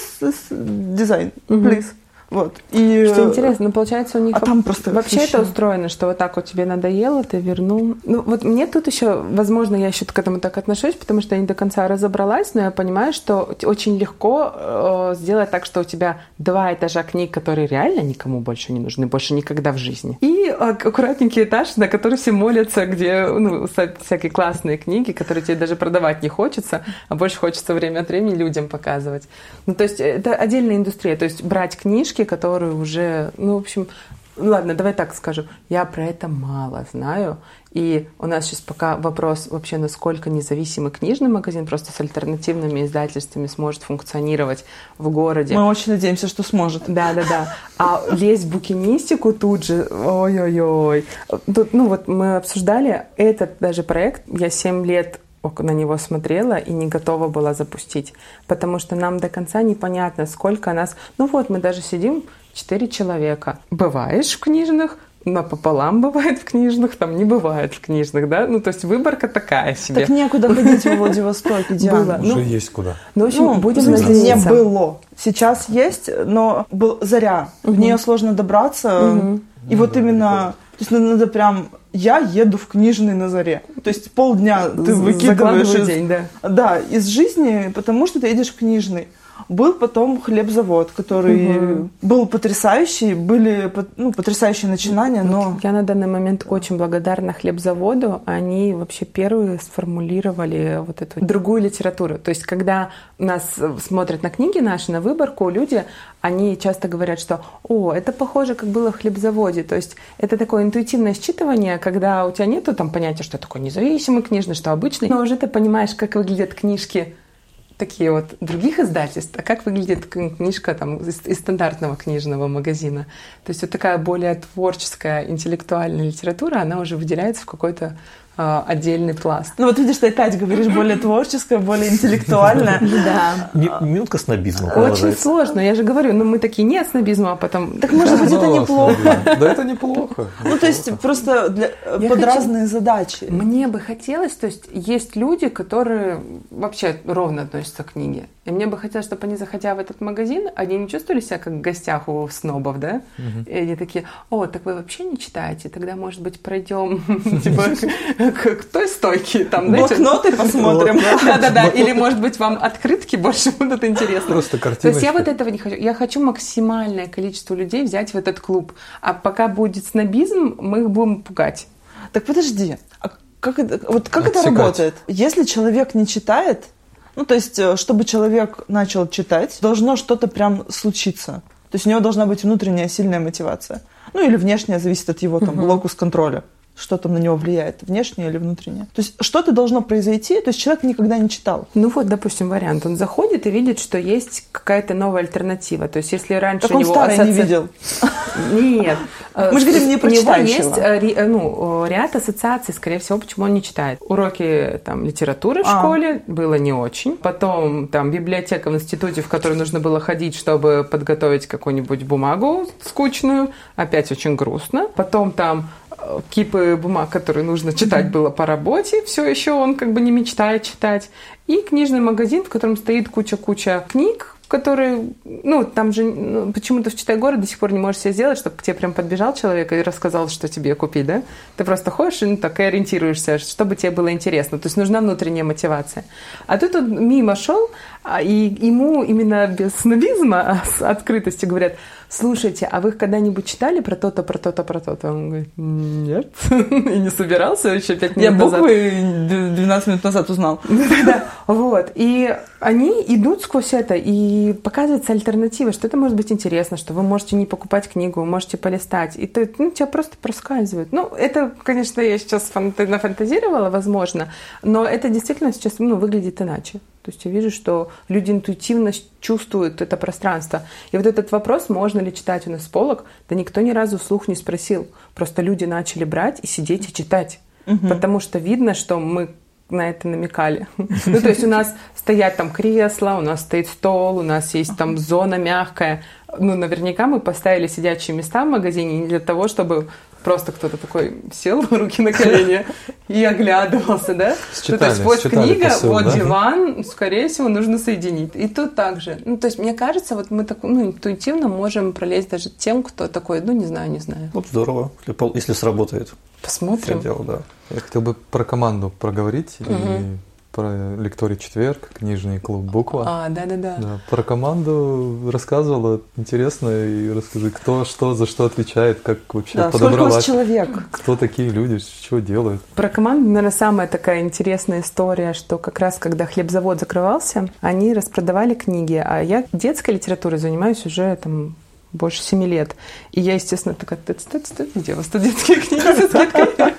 design, please. И... Что интересно, получается, у них там просто вообще это устроено, что так тебе надоело, ты вернул. Мне тут еще, возможно, я еще к этому так отношусь, потому что я не до конца разобралась, но я понимаю, что очень легко сделать так, что у тебя 2 этажа книг, которые реально никому больше не нужны, больше никогда в жизни. И аккуратненький этаж, на который все молятся, где всякие классные книги, которые тебе даже продавать не хочется, а больше хочется время от времени людям показывать. То есть это отдельная индустрия, то есть брать книжки, которые уже, ладно, давай так скажу, я про это мало знаю, и у нас сейчас пока вопрос вообще, насколько независимый книжный магазин просто с альтернативными издательствами сможет функционировать в городе. Мы очень надеемся, что сможет. Да. А лезть в букинистику тут же, ой-ой-ой. Тут, мы обсуждали этот даже проект, я 7 лет на него смотрела и не готова была запустить, потому что нам до конца непонятно, сколько нас... мы даже сидим 4 человека. Бываешь в книжных, напополам бывает в книжных, там не бывает в книжных, да? То есть выборка такая себе. Так некуда ходить в Владивостоке, Диана. Уже есть куда. В общем, будем надеяться. Не было. Сейчас есть, но Заря. В нее сложно добраться. И именно... То есть надо прям я еду в книжный на заре. То есть полдня ты выкидываешь из жизни, потому что ты едешь в книжный. Был потом хлебзавод, который был потрясающий, были потрясающие начинания, но... Я на данный момент очень благодарна хлебзаводу. Они вообще первые сформулировали вот эту другую литературу. То есть, когда нас смотрят на книги наши, на выборку, люди, они часто говорят, что это похоже, как было в хлебзаводе. То есть, это такое интуитивное считывание, когда у тебя нету там понятия, что такое независимый книжный, что обычный, но уже ты понимаешь, как выглядят книжки такие вот других издательств, а как выглядит книжка там из стандартного книжного магазина. То есть вот такая более творческая, интеллектуальная литература, она уже выделяется в какой-то отдельный пласт. Ну вот видишь, ты опять говоришь более творческое, более интеллектуальное. Да. Минутка снобизма. Очень сложно. Я же говорю, мы такие нет снобизма, а потом... Так может быть это неплохо. Да это неплохо. Ну то есть просто под разные задачи. Мне бы хотелось, то есть есть люди, которые вообще ровно относятся к книге. И мне бы хотелось, чтобы они, заходя в этот магазин, они не чувствовали себя как в гостях у снобов, да? И они такие, так вы вообще не читаете? Тогда, может быть, пройдем к той стойке. Блокноты посмотрим. Да-да-да. Или, может быть, вам открытки больше будут интересны. Просто картиночки. То есть я вот этого не хочу. Я хочу максимальное количество людей взять в этот клуб. А пока будет снобизм, мы их будем пугать. Так подожди. А как это работает? Если человек не читает, то есть, чтобы человек начал читать, должно что-то прям случиться. То есть у него должна быть внутренняя сильная мотивация. Или внешняя, зависит от его локус контроля. Что там на него влияет, внешнее или внутреннее. То есть что-то должно произойти, то есть человек никогда не читал. Допустим, вариант. Он заходит и видит, что есть какая-то новая альтернатива. То есть если раньше так он старый не видел. Нет. Мы же говорим не про читающего. У него есть ряд ассоциаций, скорее всего, почему он не читает. Уроки литературы в школе было не очень. Потом библиотека в институте, в которую нужно было ходить, чтобы подготовить какую-нибудь бумагу скучную. Опять очень грустно. Потом кипы бумаг, которые нужно читать было по работе, все еще он не мечтает читать. И книжный магазин, в котором стоит куча книг, которые, там же почему-то в «Читай город» до сих пор не можешь себе сделать, чтобы к тебе прям подбежал человек и рассказал, что тебе купить, да? Ты просто ходишь и так и ориентируешься, чтобы тебе было интересно. То есть нужна внутренняя мотивация. А тут он мимо шел, и ему именно без снобизма, а с открытостью говорят: слушайте, а вы когда-нибудь читали про то-то, про то-то, про то-то? Он говорит: нет. И не собирался еще 5 минут назад. Я буквы 12 минут назад узнал. Да, вот. И они идут сквозь это, и показывается альтернатива, что это может быть интересно, что вы можете не покупать книгу, вы можете полистать. И тебя просто проскальзывает. Это, конечно, я сейчас нафантазировала, возможно, но это действительно сейчас выглядит иначе. То есть я вижу, что люди интуитивно чувствуют это пространство. И вот этот вопрос, можно ли читать у нас с полок, да никто ни разу вслух не спросил. Просто люди начали брать и сидеть и читать. Потому что видно, что мы на это намекали. То есть у нас стоят кресла, у нас стоит стол, у нас есть зона мягкая. Наверняка мы поставили сидячие места в магазине не для того, чтобы просто кто-то такой сел, руки на колени и оглядывался, да? То есть вот книга, вот диван, скорее всего, нужно соединить. И тут также. То есть мне кажется, мы так интуитивно можем пролезть даже тем, кто такой, не знаю. Здорово, если сработает. Посмотрим. Все дело, да. Я хотел бы про команду проговорить. И про лекторий четверг, книжный клуб «Буква». Да. Про команду рассказывала, интересно, и расскажи, кто что за что отвечает, как вообще подобралась. Сколько у вас человек? Кто такие люди, что делают? Про команду, наверное, самая такая интересная история, что как раз когда хлебзавод закрывался, они распродавали книги, а я детской литературой занимаюсь уже больше 7 лет. И я, естественно, такая: где у вас тут детские книги со скидкой?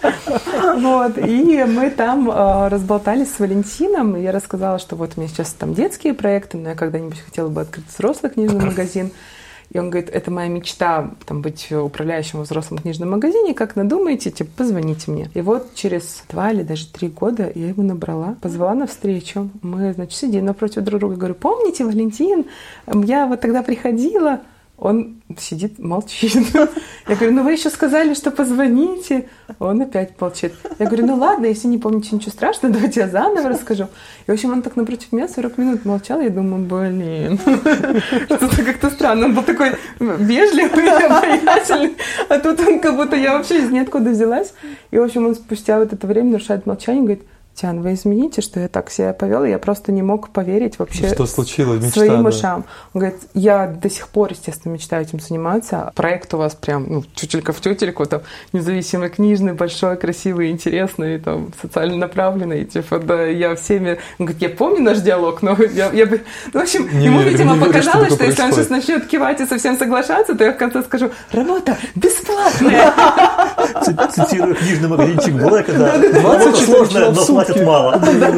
Вот. И мы там разболтались с Валентином, и я рассказала, что вот у меня сейчас детские проекты, но я когда-нибудь хотела бы открыть взрослый книжный магазин. И он говорит: это моя мечта, быть управляющим во взрослом книжном магазине, как надумаете, позвоните мне. И вот через 2 или даже 3 года я его набрала, позвала на встречу. Мы, сидим напротив друг друга, говорю: помните, Валентин, я вот тогда приходила. Он сидит, молчит. Я говорю, ну вы еще сказали, что позвоните. Он опять молчит. Я говорю, ну ладно, если не помните ничего страшного, давайте я заново расскажу. И, в общем, он так напротив меня 40 минут молчал. Я думаю, блин, что-то как-то странно. Он был такой вежливый, обаятельный. А тут он как будто я вообще из ниоткуда взялась. И, в общем, он спустя вот это время нарушает молчание и говорит, Тиан, вы извините, что я так себя повел, я просто не мог поверить вообще что случилось, мечта, своим ушам. Он говорит, я до сих пор, естественно, мечтаю этим заниматься. Проект у вас прям тютелька в тютельку, там, независимый книжный, большой, красивый, интересный, там, социально направленный. Типа, да, я всеми... Он говорит, я помню наш диалог, но я бы... Ну, в общем, ему, видимо, показалось, что если он сейчас начнет кивать и совсем соглашаться, то я в конце скажу, работа бесплатная. Цитирую книжный магазинчик Блэка, да. 20 сложное, но платят мало.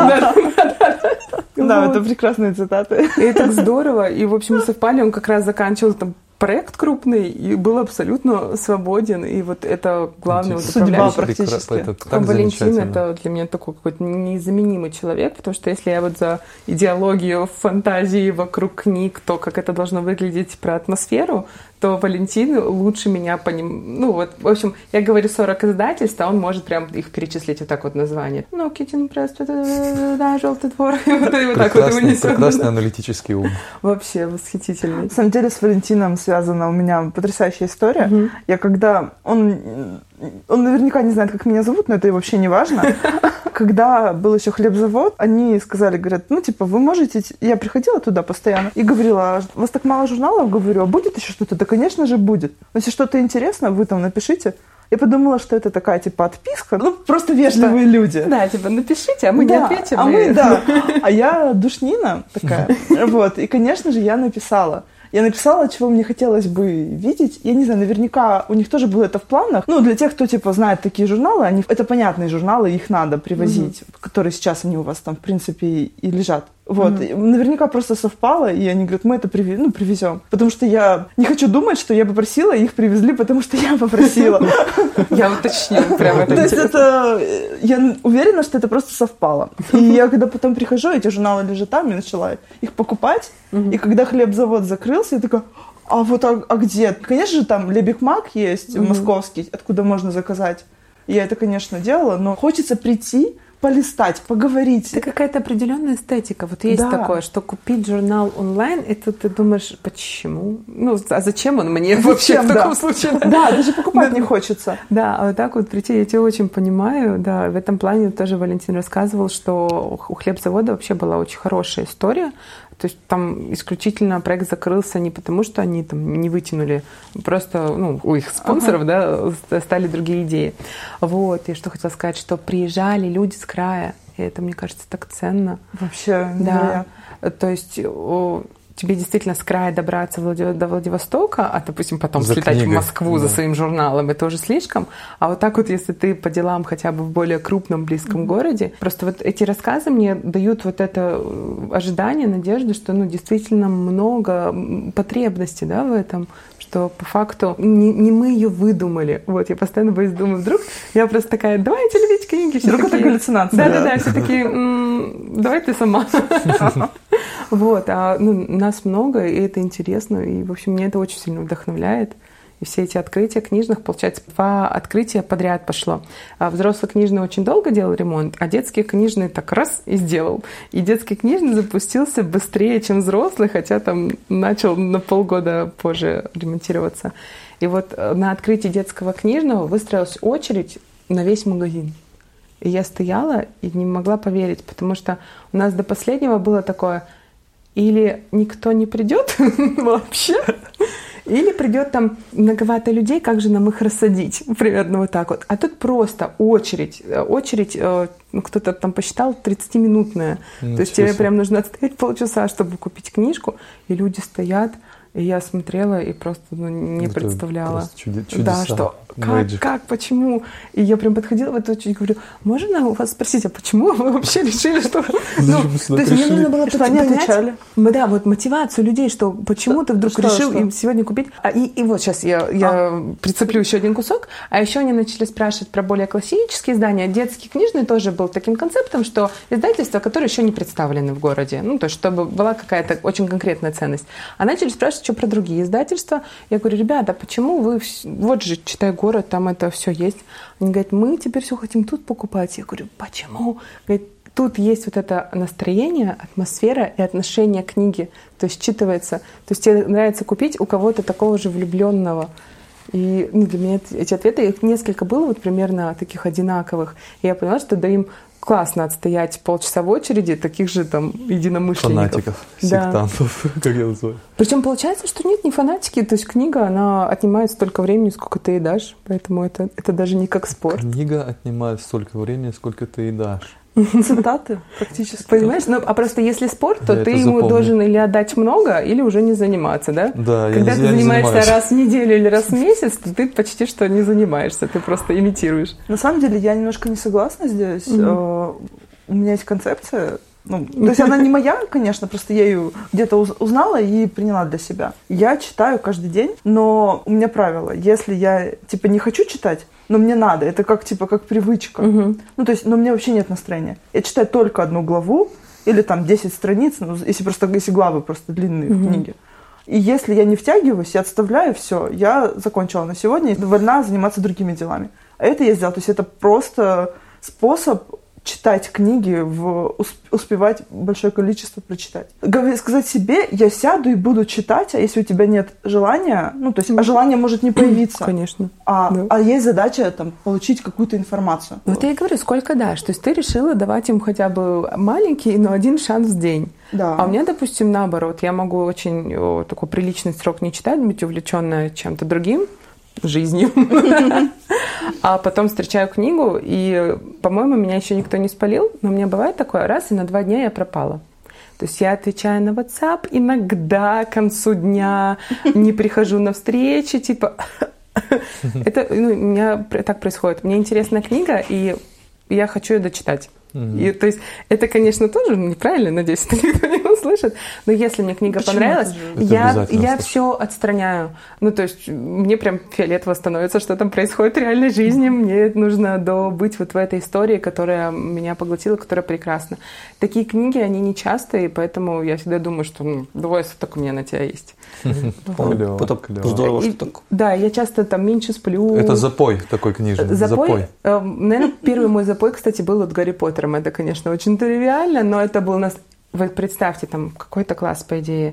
Да, это прекрасные цитаты. И так здорово. И, в общем, совпали. Он как раз заканчивал там проект крупный и был абсолютно свободен. И вот это главное вот управляющий. Практически. Валентин — это для меня такой какой-то незаменимый человек, потому что если я вот за идеологию, фантазии вокруг книг, то, как это должно выглядеть, про атмосферу, то Валентин лучше меня понимает. Ну вот, в общем, я говорю 40 издательств, а он может прям их перечислить вот так вот название. Ну, Китин пресс, да, желтый двор. И вот так вот его несет. Прекрасный аналитический ум. Вообще восхитительный. На самом деле с Валентином связана у меня потрясающая история. Угу. Я когда... Он наверняка не знает, как меня зовут, но это и вообще не важно. Когда был еще хлебзавод, они сказали, говорят, ну, типа, вы можете... Я приходила туда постоянно и говорила, у вас так мало журналов? Говорю, а будет еще что-то? Да, конечно же, будет. Но если что-то интересно, вы там напишите. Я подумала, что это такая, типа, отписка. Ну, просто вежливые люди. Да, типа, напишите, а мы не ответим. А я душнина такая. Вот. И, конечно же, я написала. Я написала, чего мне хотелось бы видеть. Я не знаю, наверняка у них тоже было это в планах. Ну, для тех, кто, типа, знает такие журналы, это понятные журналы, их надо привозить, которые сейчас они у вас там, в принципе, и лежат. Вот. И наверняка просто совпало, и они говорят, мы это привезем. Потому что я не хочу думать, что я попросила, и их привезли, потому что я попросила. Я уточню прям это. То есть это... Я уверена, что это просто совпало. И я когда потом прихожу, эти журналы лежат там, и начала их покупать. И когда хлебзавод закрылся, я такая... А где? Конечно же, там Лебекмак есть, московский, откуда можно заказать. И я это, конечно, делала, но хочется прийти, полистать, поговорить. Это какая-то определенная эстетика. Вот есть такое, что купить журнал онлайн, это ты думаешь, почему? Ну, а зачем он мне вообще в таком случае? Да, даже покупать не хочется. Да, а вот так вот прийти, я тебя очень понимаю. Да, в этом плане тоже Валентин рассказывал, что у хлебзавода вообще была очень хорошая история. То есть там исключительно проект закрылся не потому, что они там не вытянули, просто у их спонсоров стали другие идеи. Вот. И что хотела сказать, что приезжали люди с края, и это, мне кажется, так ценно. Вообще невероятно. Да. То есть тебе действительно с края добраться до Владивостока, а, допустим, потом слетать в Москву за своим журналом, это уже слишком. А вот так вот, если ты по делам хотя бы в более крупном, близком городе, просто вот эти рассказы мне дают вот это ожидание, надежду, что, действительно много потребностей, да, в этом, что по факту не мы ее выдумали. Вот, я постоянно боюсь, думаю, вдруг я просто такая, давайте любить книги. Все вдруг такие, это галлюцинация. Да, все такие, давай ты сама. Вот, а нас много, и это интересно, и, в общем, меня это очень сильно вдохновляет. И все эти открытия книжных, получается, 2 открытия подряд пошло. А взрослый книжный очень долго делал ремонт, а детский книжный так раз и сделал. И детский книжный запустился быстрее, чем взрослый, хотя там начал на полгода позже ремонтироваться. И вот на открытии детского книжного выстроилась очередь на весь магазин. И я стояла и не могла поверить, потому что у нас до последнего было такое: или никто не придет вообще, или придет там многовато людей, как же нам их рассадить? Примерно вот так вот. А тут просто очередь, кто-то там посчитал, 30-минутная. То есть тебе прям нужно отстоять полчаса, чтобы купить книжку, и люди стоят. И я смотрела и просто не представляла. Чудеса. Да, что как, почему? И я прям подходила в эту очередь и говорю, можно у вас спросить, а почему вы вообще решили, что... То есть мне нужно было понять, да, вот мотивацию людей, что почему ты вдруг решил им сегодня купить. И вот сейчас я прицеплю еще один кусок. А еще они начали спрашивать про более классические издания. Детский книжный тоже был таким концептом, что издательства, которые еще не представлены в городе, то есть чтобы была какая-то очень конкретная ценность. А начали спрашивать еще про другие издательства. Я говорю, ребята, почему вы... Вот же «Читай город», там это все есть. Они говорят, мы теперь все хотим тут покупать. Я говорю, почему? Говорит, тут есть вот это настроение, атмосфера и отношение к книге. То есть считывается. То есть тебе нравится купить у кого-то такого же влюбленного. И для меня эти ответы, их несколько было вот примерно таких одинаковых. И я поняла, что да, им классно отстоять полчаса в очереди таких же там единомышленников. Фанатиков, сектантов, да. Как я называю. Причем получается, что нет, не фанатики. То есть книга, она отнимает столько времени, сколько ты ей дашь. Поэтому это даже не как спорт. Книга отнимает столько времени, сколько ты ей дашь. Цитаты практически. Понимаешь? Ну, а просто если спорт, то ты ему должен или отдать много, или уже не заниматься, да? Да, когда ты занимаешься раз в неделю или раз в месяц, то ты почти что не занимаешься, ты просто имитируешь. На самом деле я немножко не согласна здесь. У меня есть концепция. Ну, то есть она не моя, конечно, просто я ее где-то узнала и приняла для себя. Я читаю каждый день, но у меня правило. Если я, типа, не хочу читать, но мне надо, это как, типа, как привычка. Ну, то есть, но у меня вообще нет настроения. Я читаю только одну главу или там 10 страниц, ну, если главы просто длинные в книге. И если я не втягиваюсь, я отставляю все, я закончила на сегодня и вольна заниматься другими делами. А это я сделала. То есть это просто способ читать книги, успевать большое количество прочитать. Сказать себе, я сяду и буду читать, а если у тебя нет желания, ну, то есть, а желание может не появиться. Конечно. А есть задача, там, получить какую-то информацию. Вот я и говорю, сколько дашь. То есть ты решила давать им хотя бы маленький, но один шанс в день. Да. А у меня, допустим, наоборот, я могу очень такой приличный срок не читать, быть увлеченная чем-то другим, жизнью. А потом встречаю книгу, и, по-моему, меня еще никто не спалил, но у меня бывает такое, раз, и на 2 дня я пропала. То есть я отвечаю на WhatsApp иногда к концу дня, не прихожу на встречи, типа... Это у меня так происходит. Мне интересна книга, и я хочу ее дочитать. И, то есть это, конечно, тоже неправильно, надеюсь, это никто не услышит, но если мне книга понравилась, я все отстраняю. Ну, то есть мне прям фиолетово становится, что там происходит в реальной жизни, мне нужно быть вот в этой истории, которая меня поглотила, которая прекрасна. Такие книги, они нечастые, поэтому я всегда думаю, что 2 суток у меня на тебя есть. Здорово, что так. Да, я часто там меньше сплю. Это запой такой книжный. Запой. Наверное, первый мой запой, кстати, был от Гарри Поттера. Это, конечно, очень тривиально, но это был у нас... Вы представьте, там какой-то класс, по идее,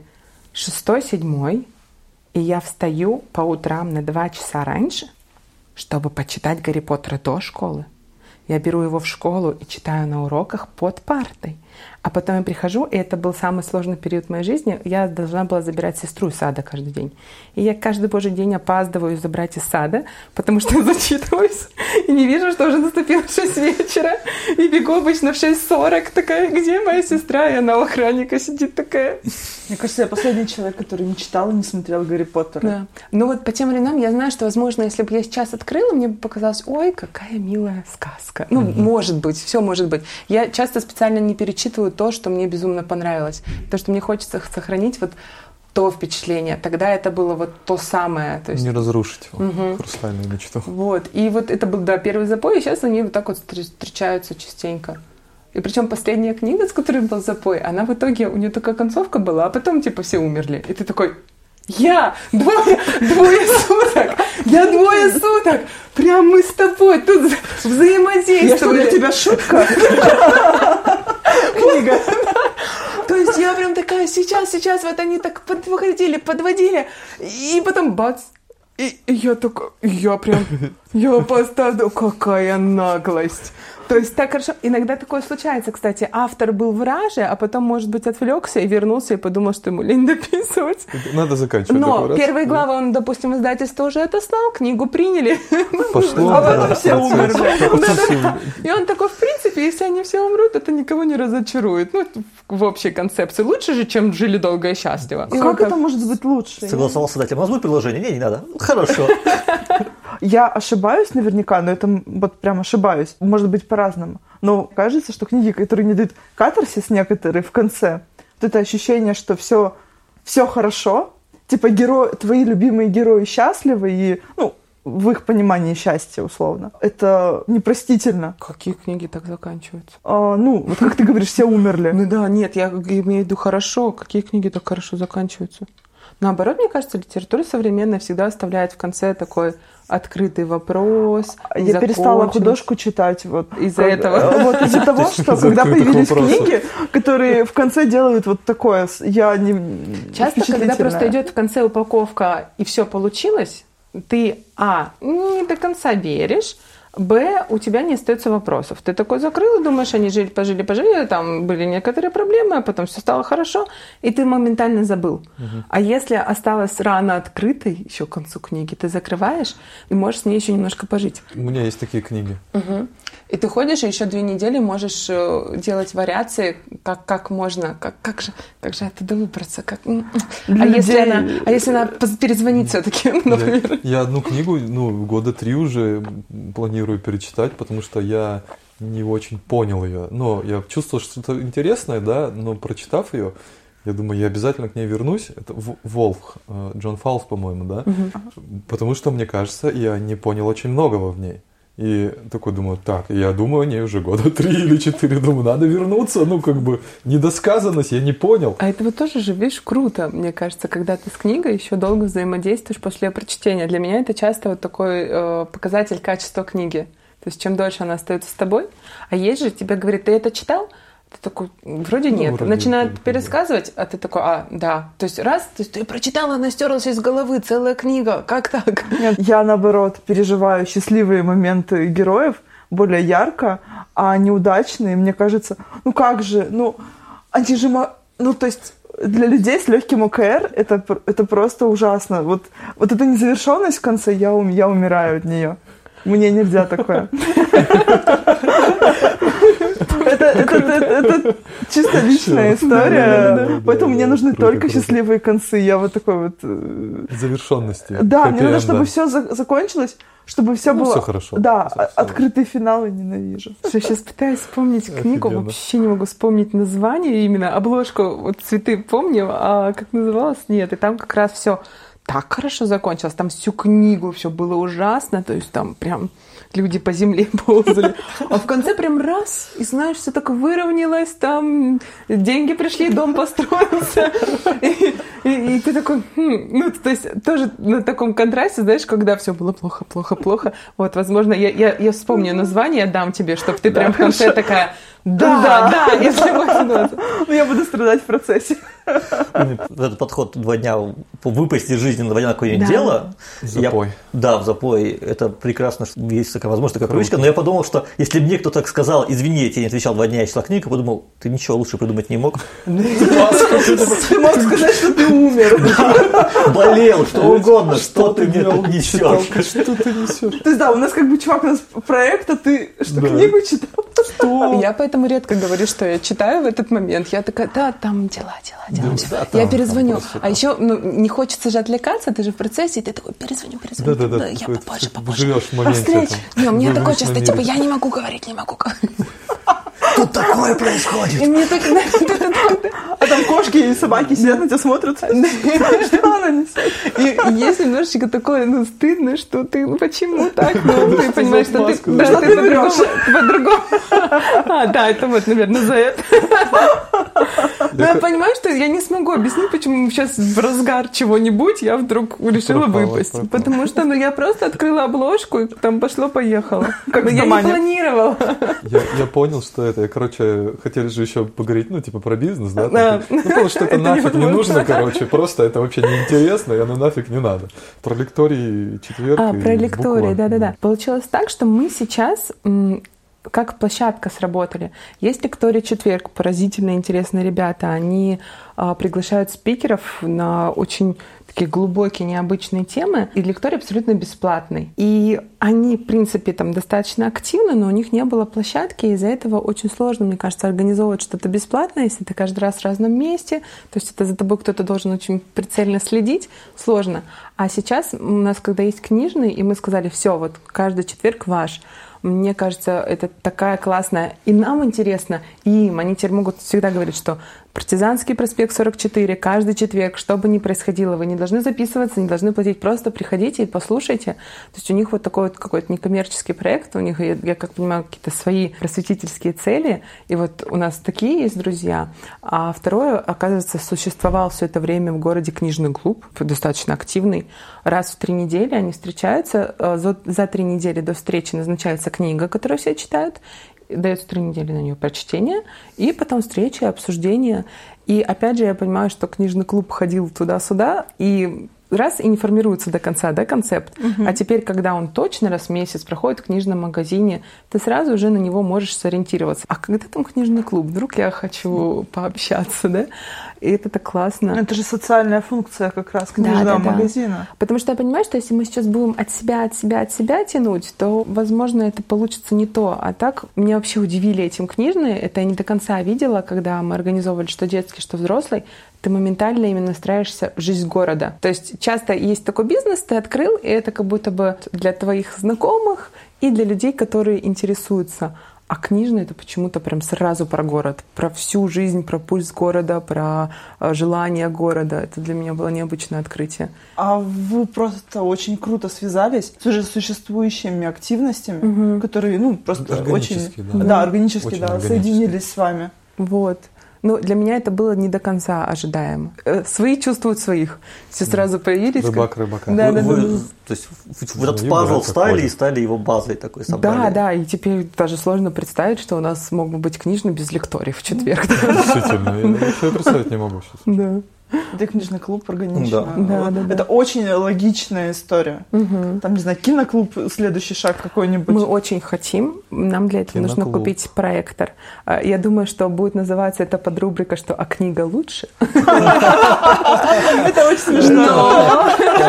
6-7, и я встаю по утрам на 2 часа раньше, чтобы почитать Гарри Поттера до школы. Я беру его в школу и читаю на уроках под партой. А потом я прихожу, и это был самый сложный период в моей жизни. Я должна была забирать сестру из сада каждый день. И я каждый божий день опаздываю забрать из сада, потому что я зачитываюсь и не вижу, что уже наступило 6 вечера. И бегу обычно в 6:40, такая, где моя сестра? И она у охранника сидит такая. Мне кажется, я последний человек, который не читал и не смотрел Гарри Поттера. Да. Ну вот по тем временам я знаю, что, возможно, если бы я сейчас открыла, мне бы показалось, ой, какая милая сказка. Ну, может быть, все может быть. Я часто специально не перечитываю то, что мне безумно понравилось. Потому что мне хочется сохранить вот то впечатление. Тогда это было вот то самое. То есть... Не разрушить его, хрустальную мечту. Вот. И вот это был, да, первый запой, и сейчас они вот так вот встречаются частенько. И причем последняя книга, с которой был запой, она в итоге, у нее такая концовка была, а потом типа все умерли. И ты такой... Я 2 суток! Я 2 суток! Прям мы с тобой тут взаимодействовали. Я что, для тебя шутка? Книга. То есть я прям такая, сейчас, вот они так подводили, и потом бац. И я такая, я поставлю, какая наглость. То есть так хорошо. Иногда такое случается, кстати. Автор был в раже, а потом, может быть, отвлекся и вернулся и подумал, что ему лень дописывать. Надо заканчивать. Но первые главы он, допустим, издательство уже отослал, книгу приняли. Пошло. А потом все умерли. И он такой, в принципе, если они все умрут, это никого не разочарует. Ну, в общей концепции. Лучше же, чем жили долго и счастливо. И как это может быть лучше? Согласовал с издателем. У нас будет предложение? Не надо. Хорошо. Я ошибаюсь наверняка, но это вот прям ошибаюсь. Может быть, по-разному. Но кажется, что книги, которые не дают катарсис некоторые в конце, вот это ощущение, что все хорошо, типа твои любимые герои счастливы, и, ну, в их понимании счастья, условно. Это непростительно. Какие книги так заканчиваются? Ну, вот как ты говоришь, все умерли. Ну да, нет, я имею в виду хорошо. Какие книги так хорошо заканчиваются? Наоборот, мне кажется, литература современная всегда оставляет в конце такой открытый вопрос. Я перестала художку читать вот из-за этого. Вот из-за того, что когда появились книги, которые в конце делают вот такое, я не часто, когда просто идет в конце упаковка и все получилось, ты не до конца веришь, Б, у тебя не остается вопросов. Ты такой закрыл и думаешь, они жили-пожили, там были некоторые проблемы, а потом все стало хорошо, и ты моментально забыл. А если осталась рана открытой еще к концу книги, ты закрываешь и можешь с ней еще немножко пожить. У меня есть такие книги. И ты ходишь, и еще 2 недели можешь делать вариации, как можно, как же оттуда выбраться. Если она перезвонит все-таки, например. Я одну книгу, 3 года уже планирую перечитать, потому что я не очень понял ее. Но я чувствовал, что что-то интересное, да, но прочитав ее, я думаю, я обязательно к ней вернусь. Это «Волк», Джон Фаулс, по-моему, да? Потому что, мне кажется, я не понял очень многого в ней. И такой думаю, я думаю о ней уже 3 года или 4, думаю, надо вернуться, недосказанность, я не понял. А это вот тоже же, видишь, круто, мне кажется, когда ты с книгой еще долго взаимодействуешь после прочтения. Для меня это часто вот такой показатель качества книги. То есть чем дольше она остается с тобой, а есть же, тебе говорит, ты это читал? Ты такой, вроде нет. Начинают пересказывать, а ты такой, да. То есть ты прочитала, она стерлась из головы, целая книга. Как так? Нет, я, наоборот, переживаю счастливые моменты героев более ярко, а неудачные, мне кажется, как же, они же, то есть для людей с легким ОКР это просто ужасно. Вот эта незавершенность в конце, я умираю от нее. Мне нельзя такое. Это чисто личная история, поэтому мне нужны только счастливые концы. Я вот такой вот... Завершенности. Да, мне нужно, чтобы все закончилось, чтобы все было... Все хорошо. Да, открытые финалы ненавижу. Я сейчас пытаюсь вспомнить книгу, вообще не могу вспомнить название именно. Обложку, вот «Цветы» помню, а как называлась? Нет, и там как раз все так хорошо закончилось. Там всю книгу все было ужасно, то есть там прям... Люди по земле ползали. А в конце прям раз, и знаешь, все так выровнялось, там деньги пришли, дом построился. И ты такой, то есть тоже на таком контрасте, знаешь, когда все было плохо. Вот, возможно, я вспомню название, дам тебе, чтобы ты прям в конце такая, да, если можно. Я буду страдать в процессе. Этот подход 2 дня выпасть из жизни на 2 дня на какое-нибудь дело. Запой. В запой. Это прекрасно, что есть такая возможность, такая привычка. Но я подумал, что если мне кто-то так сказал, извини, я тебе не отвечал 2 дня, я читал книгу, подумал, ты ничего лучше придумать не мог. Ты мог сказать, что ты умер. Болел, что угодно, что ты мне тут несешь. Что ты несешь? То есть, да, у нас чувак, у нас проект, а ты что, книгу читал? Что? Я поэтому редко говорю, что я читаю в этот момент. Я такая, там дела. Я перезвоню. А еще не хочется же отвлекаться, ты же в процессе, и ты такой, перезвоню. Да, я попозже. Живешь в моменте. Мне такое чувство, я не могу говорить. Тут такое происходит. И мне так... А там кошки и собаки сидят на тебя смотрят. Что она несет? И есть немножечко такое, стыдно, что ты, почему так? Ты понимаешь, что ты по-другому. Да, это вот, наверное, за это. Но я понимаю, что я не смогу объяснить, почему сейчас в разгар чего-нибудь я вдруг решила выпасть. Потому что я просто открыла обложку и там пошло-поехало. Я не планировала. Я понял, что это. Хотели же еще поговорить, про бизнес, да? Потому что это нафиг не нужно, просто это вообще неинтересно, и оно нафиг не надо. Про лекторий четверг. Про лекторий, да. Получилось так, что мы сейчас... как площадка сработали. Есть лекторий четверг, поразительно интересные ребята. Они приглашают спикеров на очень такие глубокие, необычные темы. И лекторий абсолютно бесплатный. И они, в принципе, там достаточно активны, но у них не было площадки, и из-за этого очень сложно, мне кажется, организовывать что-то бесплатное, если ты каждый раз в разном месте. То есть это за тобой кто-то должен очень прицельно следить. Сложно. А сейчас у нас, когда есть книжный, и мы сказали, все, вот каждый четверг ваш. Мне кажется, это такая классная. И нам интересно, и им. Они теперь могут всегда говорить, что Партизанский проспект 44, каждый четверг, что бы ни происходило, вы не должны записываться, не должны платить, просто приходите и послушайте. То есть у них вот такой вот какой-то некоммерческий проект, у них, я как понимаю, какие-то свои просветительские цели, и вот у нас такие есть друзья. А второе, оказывается, существовал все это время в городе книжный клуб, достаточно активный. Раз в 3 недели они встречаются, за 3 недели до встречи назначается книга, которую все читают, дается 3 недели на нее прочтение, и потом встречи, обсуждения. И опять же, я понимаю, что книжный клуб ходил туда-сюда, и раз и не формируется до конца, да, концепт. А теперь, когда он точно раз в месяц проходит в книжном магазине, ты сразу уже на него можешь сориентироваться. А когда там книжный клуб? Вдруг я хочу пообщаться, да? И это так классно. Это же социальная функция как раз книжного магазина. Потому что я понимаю, что если мы сейчас будем от себя тянуть, то, возможно, это получится не то. А так, меня вообще удивили этим книжные. Это я не до конца видела, когда мы организовывали что детский, что взрослый. Ты моментально именно настраиваешься в жизнь города. То есть часто есть такой бизнес, ты открыл, и это как будто бы для твоих знакомых и для людей, которые интересуются. А книжный — это почему-то прям сразу про город, про всю жизнь, про пульс города, про желание города. Это для меня было необычное открытие. А вы просто очень круто связались с уже существующими активностями, которые, просто органически, соединились с вами. Вот. Но для меня это было не до конца ожидаемо. Свои чувствуют своих. Все сразу появились. Рыбак рыбака. Да. То есть в этот пазл встали и стали его базой такой собрали. Да, и теперь даже сложно представить, что у нас мог бы быть книжный без лекторий в четверг. Действительно, я вообще представить не могу сейчас. Да. Это книжный клуб органично. Да. Это очень логичная история. Там, не знаю, киноклуб, следующий шаг какой-нибудь. Мы очень хотим. Нам для этого нужно купить проектор. Я думаю, что будет называться эта подрубрика, что «А книга лучше». Это очень смешно.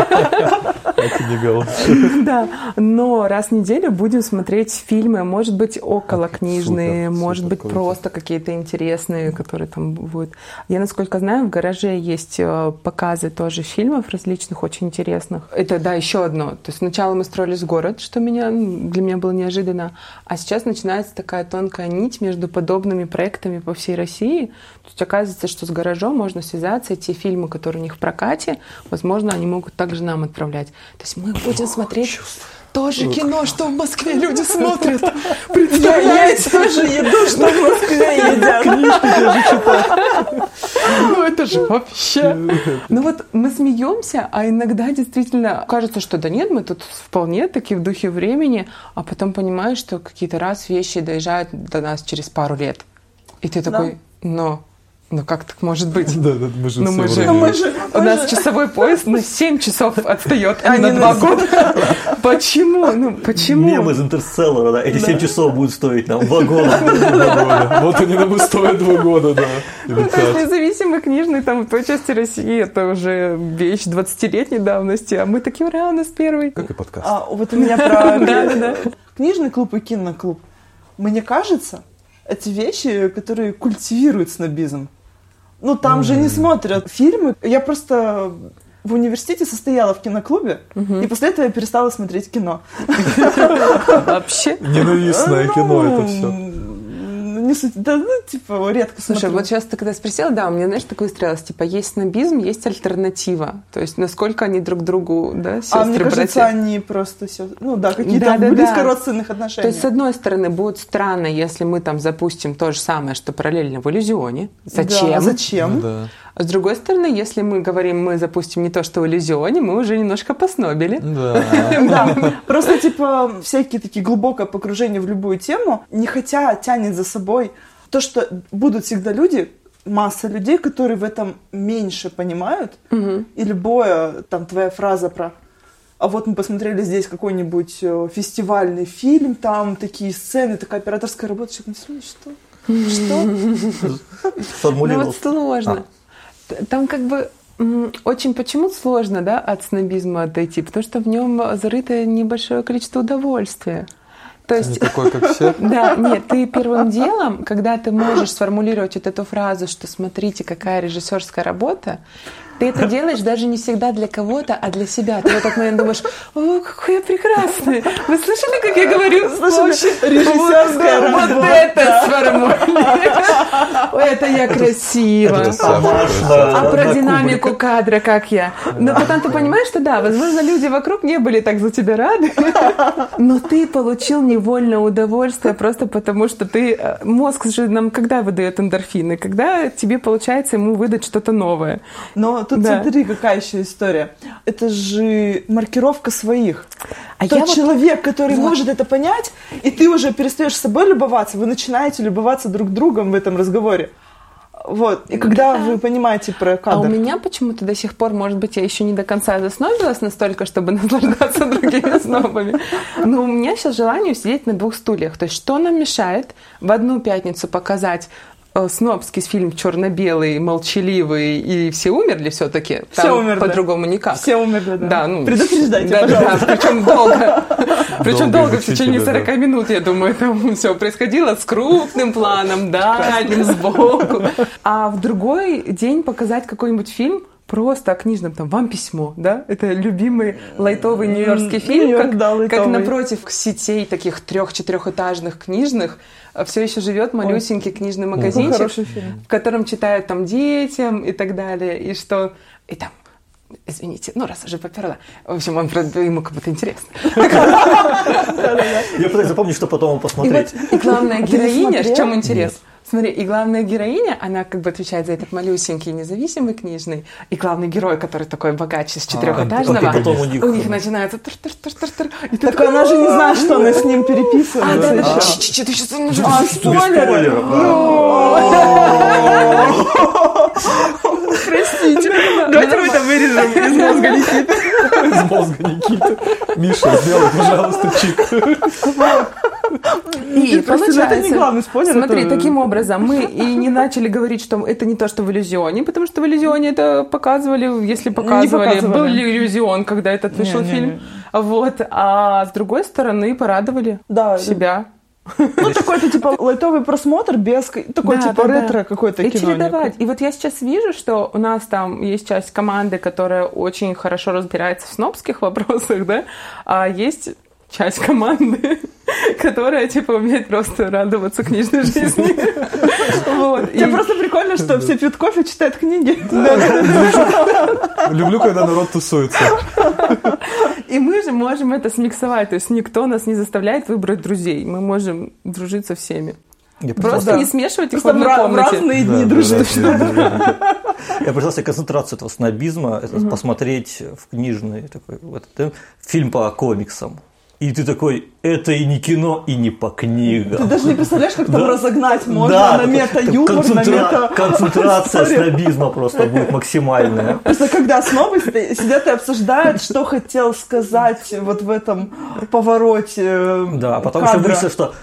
А книга лучше. Да, но раз в неделю будем смотреть фильмы, может быть, околокнижные, может быть, просто какие-то интересные, которые там будут. Я, насколько знаю, в гараже есть показы тоже фильмов различных, очень интересных. Это, да, еще одно. То есть сначала мы строились в город, что для меня было неожиданно, а сейчас начинается такая тонкая нить между подобными проектами по всей России. То есть оказывается, что с гаражом можно связаться, и те фильмы, которые у них в прокате, возможно, они могут также нам отправлять. То есть мы будем смотреть тоже кино, что в Москве люди смотрят. Представляете? Я тоже еду, что в Москве едят. Книжки тоже читают. Ну это же вообще. Ну вот мы смеемся, а иногда действительно кажется, что да нет, мы тут вполне таки в духе времени, а потом понимаешь, что какие-то раз вещи доезжают до нас через пару лет. И ты такой, но как так может быть? Да, мы же у нас часовой пояс на 7 часов отстает, а не на 2 года. Почему? Почему? Мем из Интерстеллара, да. Эти 7 часов будут стоить нам 2 года. Вот они нам и стоят 2 года, да. Независимый книжный там в той части России это уже вещь 20-летней давности, а мы такие, ура, у нас первый. Как и подкаст. Вот у меня про книжный клуб и киноклуб. Мне кажется, эти вещи, которые культивируют снобизм. Там же не смотрят фильмы. Я просто в университете состояла в кинокле, и после этого я перестала смотреть кино. Вообще? Ненавистное кино это все. Не суть, редко Слушай, смотрю. вот сейчас ты когда спросила, да, у меня, знаешь, такое выстроилось, есть снобизм, есть альтернатива. То есть насколько они друг другу, да, сестры, мне кажется, братья. Они просто какие-то близкородственных отношения. То есть, с одной стороны, будет странно, если мы там запустим то же самое, что параллельно в «Иллюзионе». Зачем? Да, зачем? Да. А с другой стороны, если мы говорим, мы запустим не то, что в «Иллюзионе», мы уже немножко поснобили. Да. Просто, всякие такие глубокое погружение в любую тему, не хотя тянет за собой то, что будут всегда люди, масса людей, которые в этом меньше понимают, и любое, твоя фраза про «а вот мы посмотрели здесь какой-нибудь фестивальный фильм, там такие сцены, такая операторская работа», что? Сформулировал. Ну вот сложно. Там очень почему сложно, да, от снобизма отойти? Потому что в нем зарыто небольшое количество удовольствия. То есть, не такой, как все? Да, нет, ты первым делом, когда ты можешь сформулировать вот эту фразу, что смотрите, какая режиссерская работа, ты это делаешь даже не всегда для кого-то, а для себя. Ты в этот момент думаешь: о, какой я прекрасный. Вы слышали, как я говорю? Режиссерская работа. Вот это сформулировано. Это я красиво. А про динамику кадра как я. Но потом ты понимаешь, что да, возможно, люди вокруг не были так за тебя рады, но ты получил невольное удовольствие просто потому, что ты... Мозг же нам когда выдает эндорфины? Когда тебе получается ему выдать что-то новое. Но тут смотри, какая еще история. Это же маркировка своих. Тот человек, который может это понять, и ты уже перестаешь собой любоваться, вы начинаете любоваться друг другом в этом разговоре. Вот. И когда вы понимаете про кадр. А у меня почему-то до сих пор, может быть, я еще не до конца заснобилась настолько, чтобы наслаждаться другими снобами. Но у меня сейчас желание сидеть на двух стульях. То есть что нам мешает в одну пятницу показать снобский фильм черно-белый, молчаливый, и все умерли все-таки. Все умерли. По-другому никак. Все умерли, да. Да, предупреждайте, пожалуйста. Да, причем долго. Причем долго, в течение 40 минут, я думаю, там все происходило с крупным планом, дальним, сбоку. А в другой день показать какой-нибудь фильм просто о книжном, там, «Вам письмо», да? Это любимый лайтовый нью-йоркский фильм, как напротив сетей таких 3-4-этажных книжных все еще живет малюсенький книжный магазинчик, в котором читают там детям и так далее, и что... И там, извините, раз уже поперла. В общем, ему как будто интересно. Я пытаюсь запомнить, что потом посмотреть. И главная героиня, в чем интерес? Смотри, и главная героиня, она как бы отвечает за этот малюсенький независимый книжный, и главный герой, который такой богач из 4-этажного, у них начинается тыр-тыр-тыр-тыр. Так она же не знает, что она с ним переписывается еще. Ты сейчас... Спойлер! Простите. Давайте мы это вырежем из мозга Никиты. Из мозга Никиты. Миша, сделай, пожалуйста, чик. И получается, это не главный спойлер. Смотри, таким образом мы и не начали говорить, что это не то, что в иллюзионе, потому что в иллюзионе это показывали, если показывали, был иллюзион, когда этот вышел фильм. Вот, а с другой стороны порадовали себя. Такой-то типа лайтовый просмотр без такой ретро какой-то кино. И чередовать. И вот я сейчас вижу, что у нас там есть часть команды, которая очень хорошо разбирается в снобских вопросах, да, а есть часть команды, которая, умеет просто радоваться книжной жизни. Тебе просто прикольно, что все пьют кофе, читают книги. Люблю, когда народ тусуется. И мы же можем это смиксовать. То есть никто нас не заставляет выбрать друзей. Мы можем дружить со всеми. Просто не смешивать их в одной комнате. Разные дни дружить. Я представил себе концентрацию этого снобизма, это посмотреть в книжный такой фильм по комиксам. И ты такой, это и не кино, и не по книгам. Ты даже не представляешь, как там разогнать можно на мета-юмор, на мета... Концентрация снобизма просто будет максимальная. Просто когда снобы сидят и обсуждают, что хотел сказать вот в этом повороте Да, а потом еще выяснится, что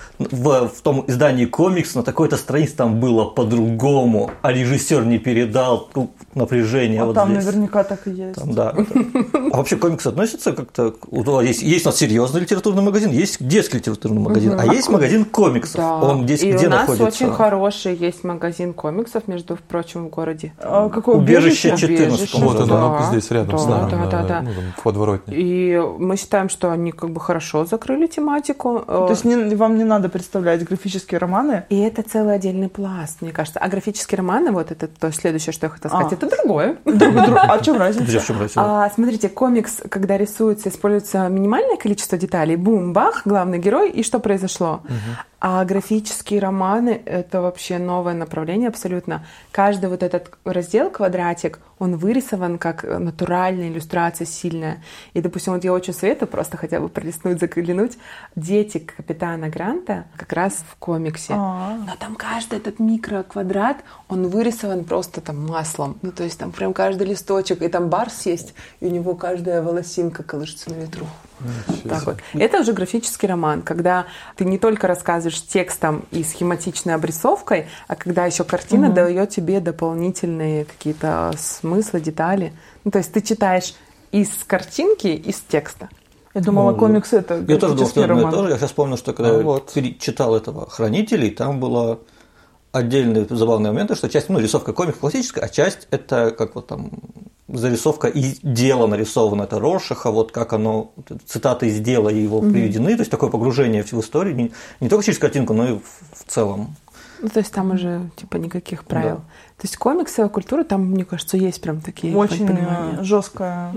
в том издании комикс на такой-то странице там было по-другому, а режиссер не передал напряжение. А там здесь. Наверняка так и есть. Там, да. А вообще комикс относится как-то... Есть у нас серьезный литературный магазин, есть детский литературный магазин, а есть магазин комиксов. Да. Он где находится? И у нас очень хороший есть магазин комиксов, между прочим, в городе. Какое убежище 14. Вот оно здесь рядом с нами. Да. В подворотне. И мы считаем, что они как бы хорошо закрыли тематику. То есть вам не надо представлять графические романы? И это целый отдельный пласт, мне кажется. А графические романы, вот это то следующее, что я хотела сказать, это другое. А в чем разница? Смотрите, комикс, когда рисуется, используется минимальное количество деталей, бум-бах, главный герой, и что произошло? А графические романы — это вообще новое направление абсолютно. Каждый вот этот раздел, квадратик, он вырисован как натуральная иллюстрация сильная. И, допустим, вот я очень советую просто хотя бы пролистнуть, заглянуть. «Дети капитана Гранта» как раз в комиксе. Но там каждый этот микроквадрат, он вырисован просто там маслом. Ну, то есть там прям каждый листочек. И там барс есть, и у него каждая волосинка колышется на ветру. Так вот. Это уже графический роман, когда ты не только рассказываешь текстом и схематичной обрисовкой, а когда еще картина дает тебе дополнительные какие-то смыслы, детали. Ну, то есть ты читаешь из картинки, из текста. Я думала, комикс это я тоже думал, что роман. Я сейчас помню, что когда я читал этого «Хранителей», там было отдельные забавные моменты, что часть, рисовка комикс классическая, а часть это как вот там зарисовка и дело нарисовано, это Роршаха, вот как оно, цитаты из дела его приведены, то есть такое погружение в историю, не только через картинку, но и в целом. Ну, то есть там уже типа никаких правил. Да. То есть комиксовая культура, там, мне кажется, есть прям такие очень жесткая.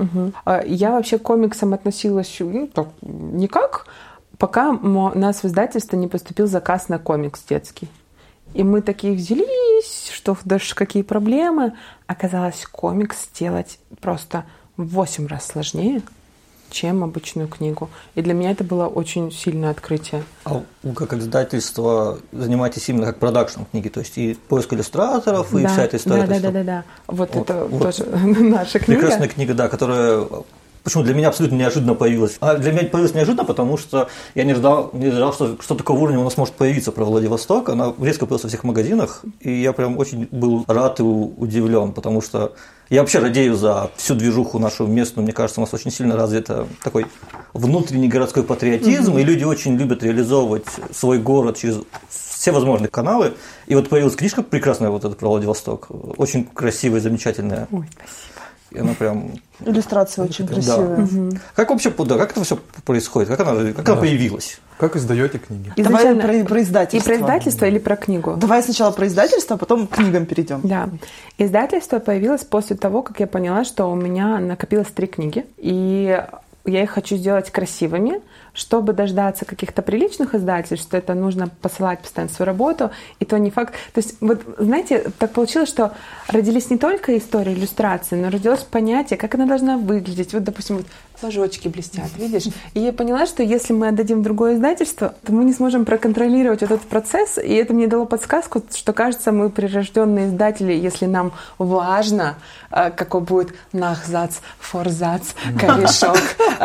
Я вообще к комиксам относилась так, никак, пока у нас в издательство не поступил заказ на комикс детский. И мы такие взялись, что даже какие проблемы. Оказалось, комикс сделать просто в 8 раз сложнее, чем обычную книгу. И для меня это было очень сильное открытие. А вы как издательство занимаетесь именно как продакшн книги, то есть и поиск иллюстраторов, и вся эта история? Да. Вот это тоже наша книга. Прекрасная книга, да, которая... Почему для меня абсолютно неожиданно появилась? А для меня появилась неожиданно, потому что я не ждал, что такого уровня у нас может появиться про Владивосток. Она резко появилась во всех магазинах, и я прям очень был рад и удивлен, потому что я вообще радею за всю движуху нашу местную. Мне кажется, у нас очень сильно развит такой внутренний городской патриотизм, и люди очень любят реализовывать свой город через все возможные каналы. И вот появилась книжка прекрасная вот эта про Владивосток, очень красивая, замечательная. Ой, спасибо. И она прям... Иллюстрация очень красивая. Да. Как вообще, как это все происходит? Как она появилась? Как издаете книги? Давай про издательство. И про издательство или про книгу? Давай сначала про издательство, а потом к книгам перейдем. Да. Издательство появилось после того, как я поняла, что у меня накопилось 3 книги, и я их хочу сделать красивыми. Чтобы дождаться каких-то приличных издательств, что это нужно посылать постоянно свою работу, и то не факт. То есть, вот, знаете, так получилось, что родились не только истории иллюстрации, но родилось понятие, как она должна выглядеть. Вот, допустим, вот флажочки блестят, видишь? И я поняла, что если мы отдадим другое издательство, то мы не сможем проконтролировать вот этот процесс, и это мне дало подсказку, что, кажется, мы прирожденные издатели, если нам важно, какой будет нахзац, форзац, корешок,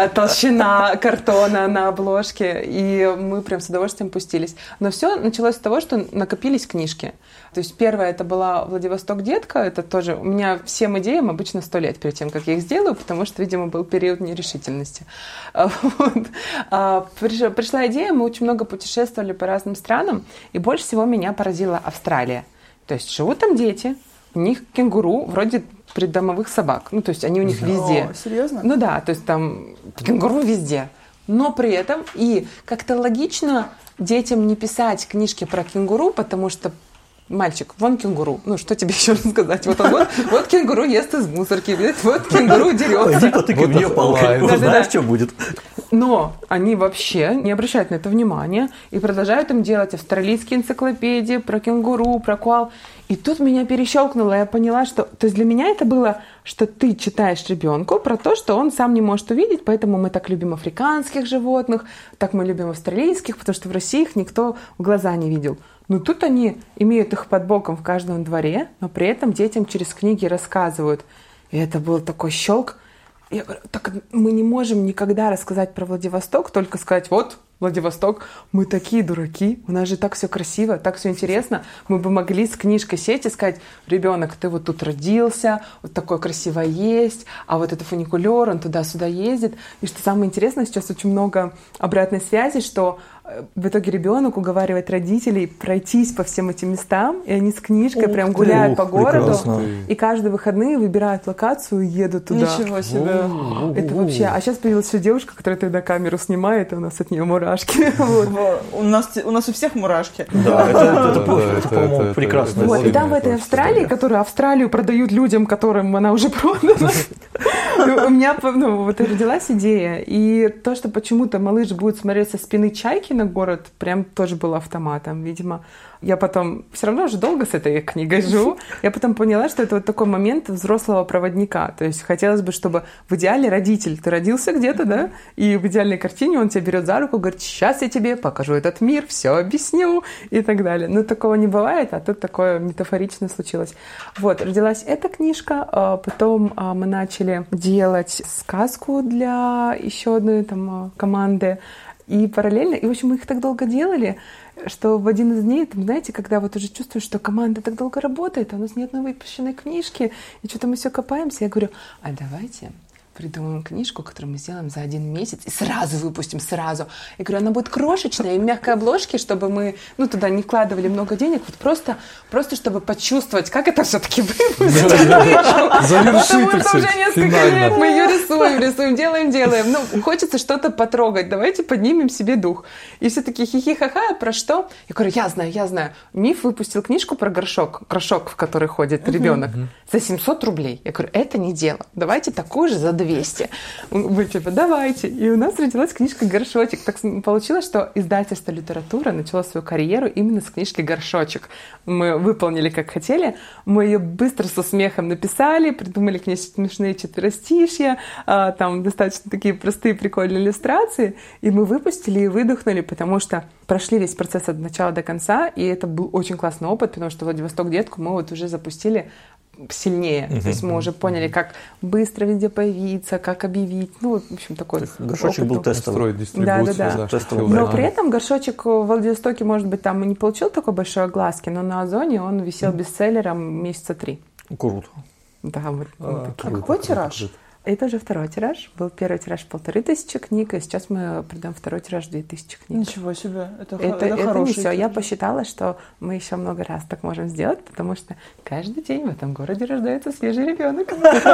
толщина картона на обложке, и мы прям с удовольствием пустились. Но все началось с того, что накопились книжки. То есть первая это была «Владивосток, детка», это тоже у меня всем идеям обычно 100 лет перед тем, как я их сделаю, потому что, видимо, был период нерешительности. Вот. Пришла идея, мы очень много путешествовали по разным странам, и больше всего меня поразила Австралия. То есть живут там дети, у них кенгуру вроде придомовых собак, ну то есть они у них везде. О, серьезно? Ну да, то есть там кенгуру везде. Но при этом и как-то логично детям не писать книжки про кенгуру, потому что мальчик, вон кенгуру. Ну, что тебе еще рассказать? Вот кенгуру ест из мусорки, вот кенгуру дерется. Пойди потыкай в нее палкой, знаешь, что будет. Но они вообще не обращают на это внимания и продолжают им делать австралийские энциклопедии про кенгуру, про коал. И тут меня перещелкнуло, я поняла, что... То есть для меня это было, что ты читаешь ребенку про то, что он сам не может увидеть, поэтому мы так любим африканских животных, так мы любим австралийских, потому что в России их никто в глаза не видел. Но тут они имеют их под боком в каждом дворе, но при этом детям через книги рассказывают. И это был такой щелк. Я говорю, так мы не можем никогда рассказать про Владивосток, только сказать, вот, Владивосток, мы такие дураки, у нас же так все красиво, так все интересно. Мы бы могли с книжкой сесть и сказать, ребенок, ты вот тут родился, вот такое красиво есть, а вот это фуникулер, он туда-сюда ездит. И что самое интересное, сейчас очень много обратной связи, что в итоге ребенок уговаривает родителей пройтись по всем этим местам, и они с книжкой прям гуляют по городу, прекрасно. И каждые выходные выбирают локацию и едут туда. Ничего себе. Это вообще... А сейчас появилась еще девушка, которая тогда камеру снимает, и у нас от нее мурашки. У нас у всех мурашки. Да, это по-моему, прекрасно. И там в этой Австралии, которую Австралию продают людям, которым она уже продана, у меня вот родилась идея. И то, что почему-то малыш будет смотреть со спины чайки на город, прям тоже было автоматом. Видимо, я потом все равно уже долго с этой книгой живу. Я потом поняла, что это вот такой момент взрослого проводника. То есть хотелось бы, чтобы в идеале родитель, ты родился где-то, да, и в идеальной картине он тебя берет за руку, говорит, сейчас я тебе покажу этот мир, все объясню и так далее. Но такого не бывает, а тут такое метафорично случилось. Вот, родилась эта книжка, потом мы начали делать сказку для еще одной там команды. И параллельно, и в общем, мы их так долго делали, что в один из дней, там, знаете, когда вот уже чувствуешь, что команда так долго работает, а у нас нет новой выпущенной книжки, и что-то мы все копаемся, я говорю, а давайте придумаем книжку, которую мы сделаем за 1 месяц и сразу выпустим, сразу. Я говорю, она будет крошечная и в мягкой обложке, чтобы мы, туда не вкладывали много денег, вот просто чтобы почувствовать, как это все-таки выпустить. Завершить это уже несколько лет, мы ее рисуем, делаем. Хочется что-то потрогать, давайте поднимем себе дух. И все такие хихи-ха-ха, про что? Я говорю, я знаю. Миф выпустил книжку про горшок, в который ходит ребенок, за 700 рублей. Я говорю, это не дело. Давайте такую же за 200. Вы типа, давайте. И у нас родилась книжка «Горшочек». Так получилось, что издательство «Литература» начало свою карьеру именно с книжки «Горшочек». Мы выполнили, как хотели. Мы ее быстро со смехом написали, придумали к ней смешные четверостишья, там достаточно такие простые, прикольные иллюстрации. И мы выпустили и выдохнули, потому что прошли весь процесс от начала до конца, и это был очень классный опыт, потому что «Владивосток детку» мы вот уже запустили сильнее. То есть мы уже поняли, как быстро везде появиться, как объявить. В общем, такой горшочек был тестовый. Да. Но при этом горшочек в Владивостоке, может быть, там и не получил такой большой огласки, но на Озоне он висел бестселлером месяца 3. Круто. Да, какой тираж? Это уже 2-й тираж. Был 1-й тираж 1500 книг, и сейчас мы продаем 2-й тираж 2000 книг. Ничего себе, это не все. Я посчитала, что мы еще много раз так можем сделать, потому что каждый день в этом городе рождается свежий ребенок.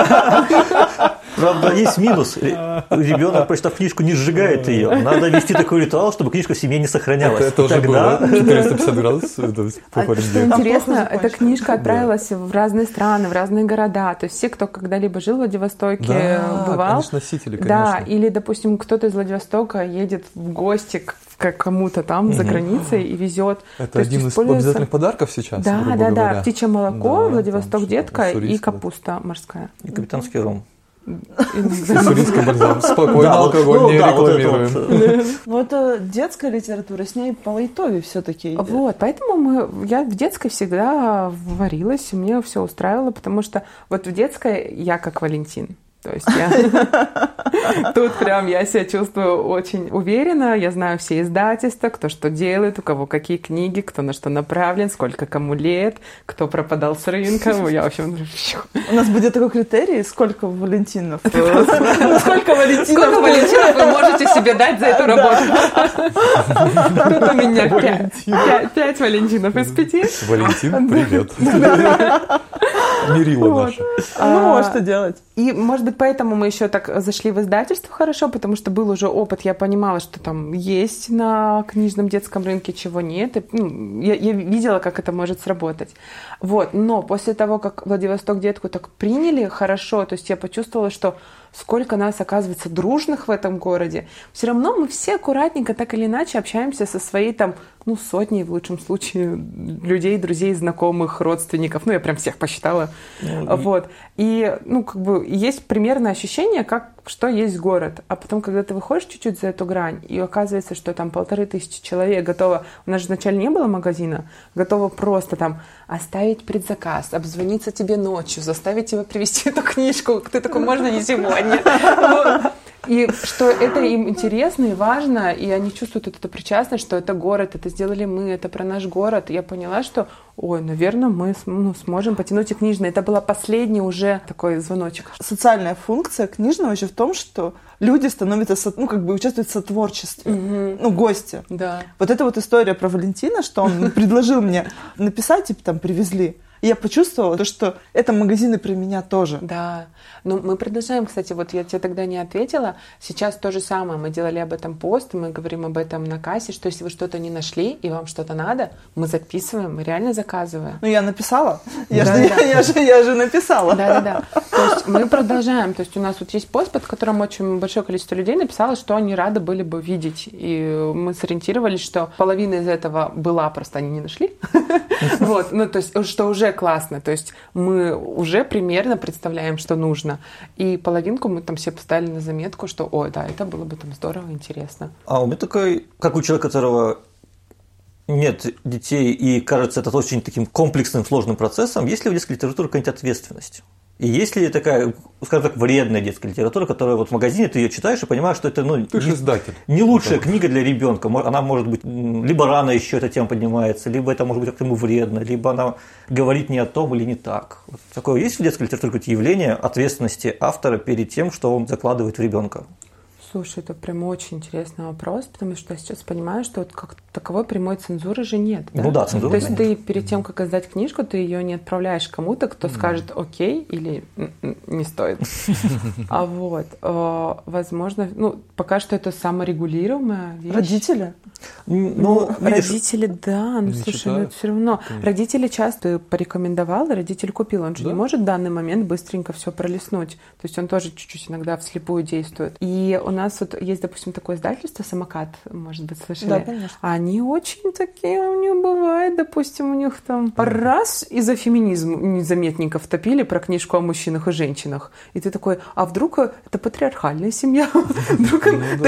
Правда, есть минус. Ребенок, прочитав книжку, не сжигает ее. Надо вести такой ритуал, чтобы книжка в семье не сохранялась. Это уже было 450 градусов. Интересно, эта книжка отправилась в разные страны, в разные города. То есть все, кто когда-либо жил в Владивостоке, бывал. Конечно, носители, конечно. Да, или, допустим, кто-то из Владивостока едет в гости к кому-то там за границей и везет. Это один из обязательных подарков сейчас. Да. Птичье молоко, Владивосток детка и капуста морская. И капитанский ром. Уссурийский бальзам. Спокойно, алкоголь не рекламируем. Ну, это детская литература, с ней по лайтове все-таки. Вот, поэтому я в детской всегда варилась, и мне все устраивало, потому что вот в детской я как Валентин. То есть тут прям я себя чувствую очень уверенно, я знаю все издательства, кто что делает, у кого какие книги, кто на что направлен, сколько кому лет, кто пропадал с рынка. Я, в общем... У нас будет такой критерий, сколько Валентинов. Сколько Валентинов вы можете себе дать за эту работу? Тут у меня 5 Валентинов из 5. Валентин, привет. Мерила наша. Ну, а что делать? И, может быть, поэтому мы еще так зашли в издательство хорошо, потому что был уже опыт, я понимала, что там есть на книжном детском рынке, чего нет. И, я видела, как это может сработать. Вот. Но после того, как Владивосток детку так приняли хорошо, то есть я почувствовала, что сколько нас, оказывается, дружных в этом городе. Все равно мы все аккуратненько, так или иначе, общаемся со своей там, сотней, в лучшем случае, людей, друзей, знакомых, родственников. Я прям всех посчитала. Вот. И, есть примерное ощущение, что есть город. А потом, когда ты выходишь чуть-чуть за эту грань, и оказывается, что там 1500 человек готово, у нас же вначале не было магазина, готово просто там оставить предзаказ, обзвониться тебе ночью, заставить тебя привезти эту книжку. Ты такой, можно не сегодня? И что это им интересно и важно, и они чувствуют эту причастность, что это город, это сделали мы, это про наш город. И я поняла, что, наверное, мы сможем потянуть и книжное. Это был последний уже такой звоночек. Социальная функция книжного еще в том, что люди становятся, участвуют в сотворчестве. Гости. Да. Вот эта вот история про Валентина, что он предложил мне написать, и там привезли. И я почувствовала то, что это магазины про меня тоже. Да. Мы продолжаем, кстати, вот я тебе тогда не ответила. Сейчас то же самое. Мы делали об этом пост, мы говорим об этом на кассе, что если вы что-то не нашли и вам что-то надо, мы записываем, мы реально заказываем. Я написала. Я же написала. Да. То есть мы продолжаем. То есть у нас вот есть пост, под которым очень большое количество людей написало, что они рады были бы видеть. И мы сориентировались, что половина из этого была, просто они не нашли. Вот. То есть что уже классно. То есть мы уже примерно представляем, что нужно. И половинку мы там все поставили на заметку, что, это было бы там здорово, интересно. А у меня такой, как у человека, у которого нет детей, и кажется это очень таким комплексным, сложным процессом, есть ли в детской литературе какая-нибудь ответственность? И есть ли такая, скажем так, вредная детская литература, которая вот в магазине ты ее читаешь и понимаешь, что это ты же издатель. Не лучшая книга для ребенка. Она может быть либо рано еще эта тема поднимается, либо это может быть как-то ему вредно, либо она говорит не о том или не так. Вот такое есть в детской литературе какое-то явление ответственности автора перед тем, что он закладывает в ребенка? Слушай, это прям очень интересный вопрос, потому что я сейчас понимаю, что вот как таковой прямой цензуры же нет. Да? Ну да, цензуры То есть нет. ты перед тем, как издать книжку, ты ее не отправляешь кому-то, кто скажет окей или не стоит. А вот, возможно, пока что это саморегулируемая вещь. Родители? Родители, да, слушай, это все равно. Конечно. Родители часто порекомендовал, и родитель купил. Он же не может в данный момент быстренько все пролистнуть. То есть он тоже чуть-чуть иногда вслепую действует. И у нас вот есть, допустим, такое издательство «Самокат», может быть, слышали? Да, конечно. Они очень такие, у них бывает, допустим, у них там раз из-за феминизма незаметненько втопили про книжку о мужчинах и женщинах. И ты такой, а вдруг это патриархальная семья? Вдруг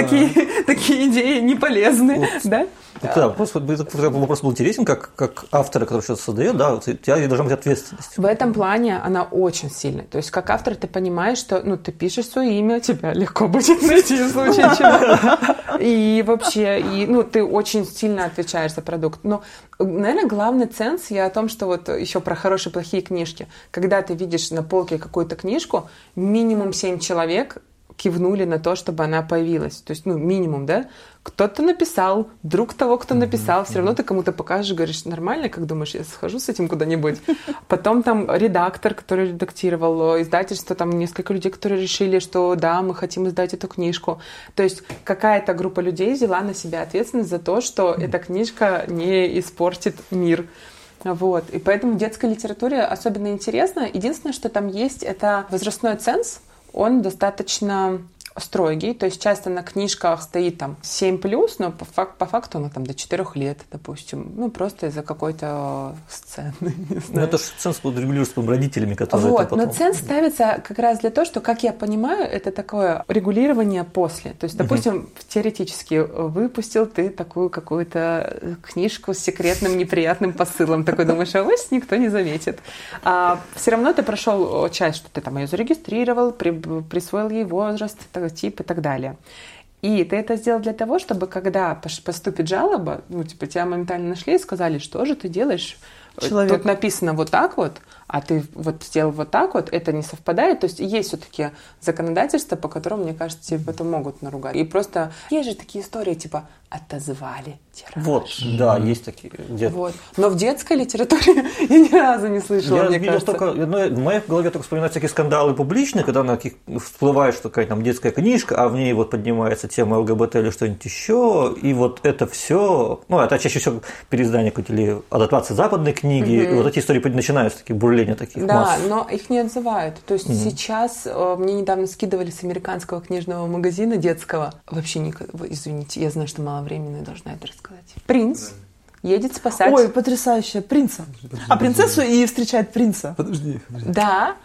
такие идеи не полезны? Да? Да, вопрос был интересен, как автора, который что-то создает, да, у тебя должна быть ответственность. В этом плане она очень сильная. То есть, как автор, ты понимаешь, что ты пишешь свое имя, тебя легко будет найти в случае чего. И вообще, ты очень сильно отвечаешь за продукт. Но, наверное, главный ценз я о том, что вот еще про хорошие, плохие книжки. Когда ты видишь на полке какую-то книжку, минимум 7 человек кивнули на то, чтобы она появилась. То есть, минимум, да? Кто-то написал, друг того, кто написал, все равно ты кому-то покажешь, говоришь, нормально, как думаешь, я схожу с этим куда-нибудь? Потом там редактор, который редактировал, издательство, там несколько людей, которые решили, что да, мы хотим издать эту книжку. То есть какая-то группа людей взяла на себя ответственность за то, что эта книжка не испортит мир. Вот. И поэтому в детской литературе особенно интересно. Единственное, что там есть, это возрастной ценз. Он достаточно строгий, то есть часто на книжках стоит там 7+, но по факту оно там до 4 лет, допустим, просто из-за какой-то сцены, не знаю. Это же ценз регулируется родителями, которые вот, это потом... Но ценз ставится как раз для того, что, как я понимаю, это такое регулирование после. То есть, допустим, теоретически выпустил ты такую какую-то книжку с секретным неприятным посылом, такой думаешь, а вас никто не заметит. А все равно ты прошел часть, что ты там ее зарегистрировал, присвоил ей возраст, тип и так далее. И ты это сделал для того, чтобы когда поступит жалоба, тебя моментально нашли и сказали, что же ты делаешь? Человек. Тут написано вот так вот, а ты вот сделал вот так вот, это не совпадает. То есть есть все-таки законодательство, по которому, мне кажется, тебе потом могут наругать. И просто есть же такие истории, типа отозвали тираж. Вот, да, есть такие. Вот. Но в детской литературе я ни разу не слышала, мне кажется. В моей голове только вспоминают всякие скандалы публичные, когда на каких всплывает, что какая-то там детская книжка, а в ней вот поднимается тема ЛГБТ или что-нибудь еще, и вот это все, это чаще всего переиздание какой-то или адаптация западной книги, и вот эти истории начинаются, такие бурления таких масс. Да, но их не отзывают. То есть сейчас мне недавно скидывали с американского книжного магазина детского. Вообще, извините, я знаю, что мало времени, должна это рассказать. Принц едет спасать... Ой, потрясающе, принца. Принцессу и встречает принца. Подожди. Да.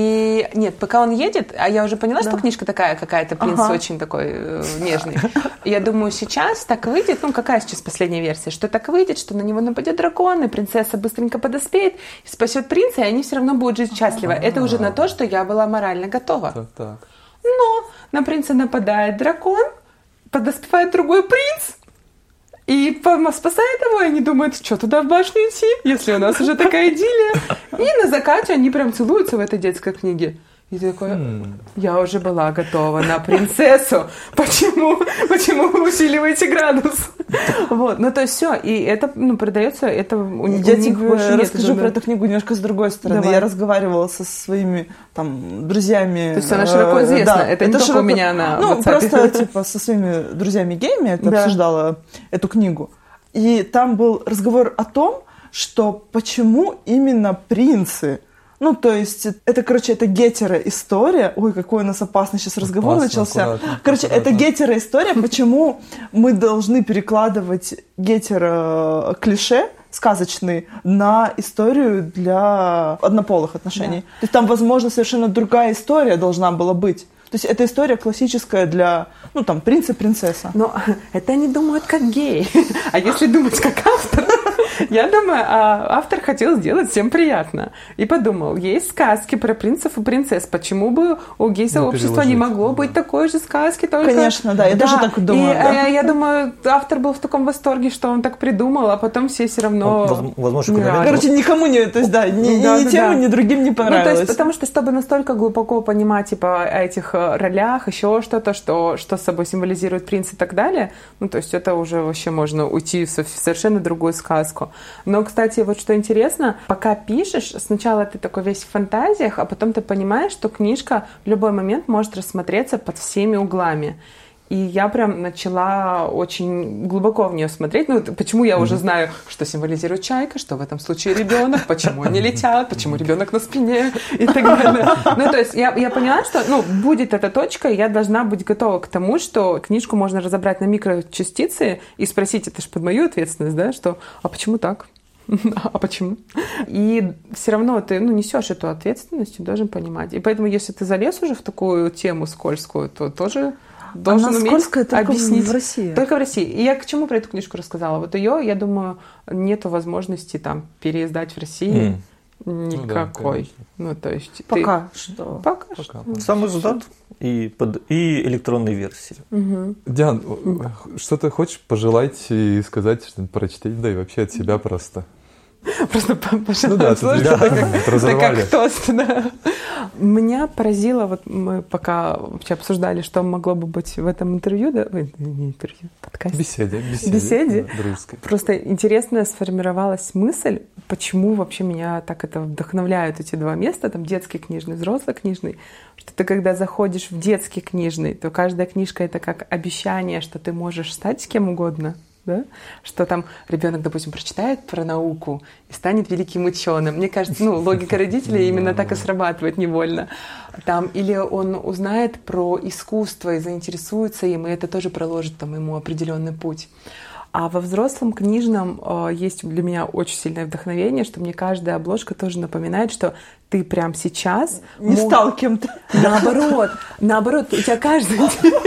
И нет, пока он едет, а я уже поняла, что книжка такая какая-то, принц очень такой нежный. Я думаю, сейчас так выйдет, какая сейчас последняя версия, что так выйдет, что на него нападет дракон, и принцесса быстренько подоспеет, и спасет принца, и они все равно будут жить счастливо. Это уже на то, что я была морально готова. Так. Но на принца нападает дракон, подоспевает другой принц, и спасает его, и они думают, что туда в башню идти, если у нас уже такая идиллия. И на закате они прям целуются в этой детской книге. И ты такой, я уже была готова на принцессу. Почему вы усиливаете градус? Вот, то есть все, и это продается, это у них больше нет. Расскажу про эту книгу немножко с другой стороны. Давай. Я разговаривала со своими друзьями. То есть она широко известна, это не только у меня на WhatsApp. Просто со своими друзьями-геями обсуждала эту книгу. И там был разговор о том, что почему именно принцы. То есть, это гетеро-история. Ой, какой у нас опасный сейчас разговор начался. Это гетеро-история, почему мы должны перекладывать гетеро-клише сказочные на историю для однополых отношений. То есть, там, возможно, совершенно другая история должна была быть. То есть, это история классическая для, принца и принцесса. Но это они думают как геи. А если думать как автор, Я думаю, автор хотел сделать всем приятно. И подумал, есть сказки про принцев и принцесс. Почему бы у гей-сообщества не могло быть такой же сказки? Только... Конечно, да, я тоже так думаю. И я думаю, автор был в таком восторге, что он так придумал, а потом все все равно... Возможно, короче, никому не... То есть, да, ни тем, ни другим не понравилось. Ну, то есть, потому что, чтобы настолько глубоко понимать, типа, о этих ролях, еще что-то, что собой символизирует принц и так далее, ну, то есть, это уже вообще можно уйти в совершенно другую сказку. Но, кстати, вот что интересно, пока пишешь, сначала ты такой весь в фантазиях, а потом ты понимаешь, что книжка в любой момент может рассмотреться под всеми углами. И я прям начала очень глубоко в нее смотреть. Ну, почему я уже знаю, что символизирует чайка, что в этом случае ребенок, почему они летят, почему ребенок на спине и так далее. Ну, то есть я поняла, что будет эта точка, и я должна быть готова к тому, что книжку можно разобрать на микрочастицы и спросить, это же под мою ответственность, да, что «а почему так?» А почему? И все равно ты несешь эту ответственность и должен понимать. И поэтому, если ты залез уже в такую тему скользкую, то тоже... должен уметь объяснить. В России. Только в России. И я к чему про эту книжку рассказала? Вот ее, я думаю, нету возможности там переиздать в России никакой. То есть пока что. Пока что. Сам издат и электронной версии. Диан, что ты хочешь пожелать и сказать, что прочтить, да и вообще от себя просто? Просто пожелать. Это как тост, да. Меня поразило, вот мы пока вообще обсуждали, что могло бы быть в этом интервью, да, не интервью, подкасте. Беседе. Дружеской. Просто интересно сформировалась мысль, почему вообще меня так это вдохновляют эти два места, там детский книжный, взрослый книжный, что ты когда заходишь в детский книжный, то каждая книжка — это как обещание, что ты можешь стать с кем угодно. Да? Что там ребенок, допустим, прочитает про науку и станет великим ученым. Мне кажется, логика родителей именно так и срабатывает невольно. Там, или он узнает про искусство и заинтересуется им, и это тоже проложит там ему определенный путь. А во взрослом книжном есть для меня очень сильное вдохновение, что мне каждая обложка тоже напоминает, что ты прямо сейчас... Не стал кем-то. Наоборот, у тебя каждый...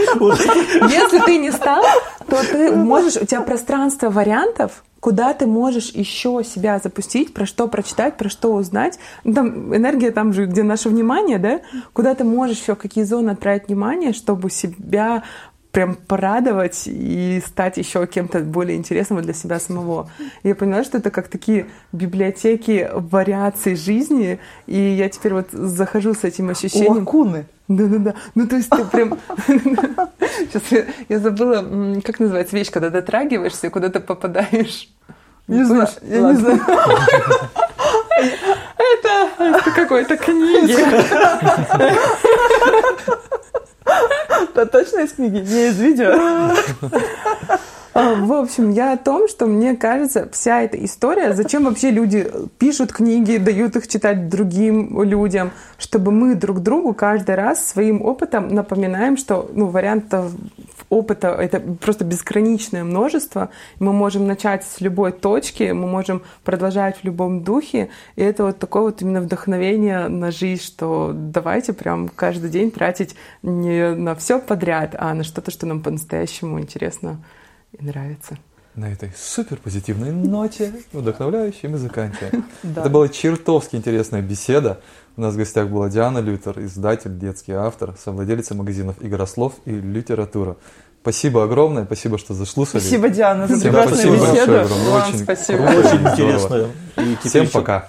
Если ты не стал, то ты можешь... У тебя пространство вариантов, куда ты можешь еще себя запустить, про что прочитать, про что узнать. Там энергия там же, где наше внимание, да? Куда ты можешь еще, какие зоны отправить внимание, чтобы себя... прям порадовать и стать еще кем-то более интересным для себя самого. И я поняла, что это как такие библиотеки вариаций жизни, и я теперь вот захожу с этим ощущением. Лакуны. Да. Ну, то есть ты прям... Сейчас я забыла, как называется вещь, когда дотрагиваешься и куда-то попадаешь. Не знаю, я не знаю. Это какой-то книги. Это точно из книги, не из видео? В общем, я о том, что мне кажется, вся эта история, зачем вообще люди пишут книги, дают их читать другим людям, чтобы мы друг другу каждый раз своим опытом напоминаем, что вариантов опыта — это просто безграничное множество. Мы можем начать с любой точки, мы можем продолжать в любом духе. И это вот такое вот именно вдохновение на жизнь, что давайте прям каждый день тратить не на все подряд, а на что-то, что нам по-настоящему интересно и нравится. На этой супер позитивной ноте, вдохновляющей, мы заканчиваем. Это была чертовски интересная беседа. У нас в гостях была Диана Лютер, издатель, детский автор, совладелица магазинов «Игрослов» и «Литература». Спасибо огромное, спасибо, что заслушали. Спасибо, Диана, за прекрасную беседу. Очень интересно. Всем пока.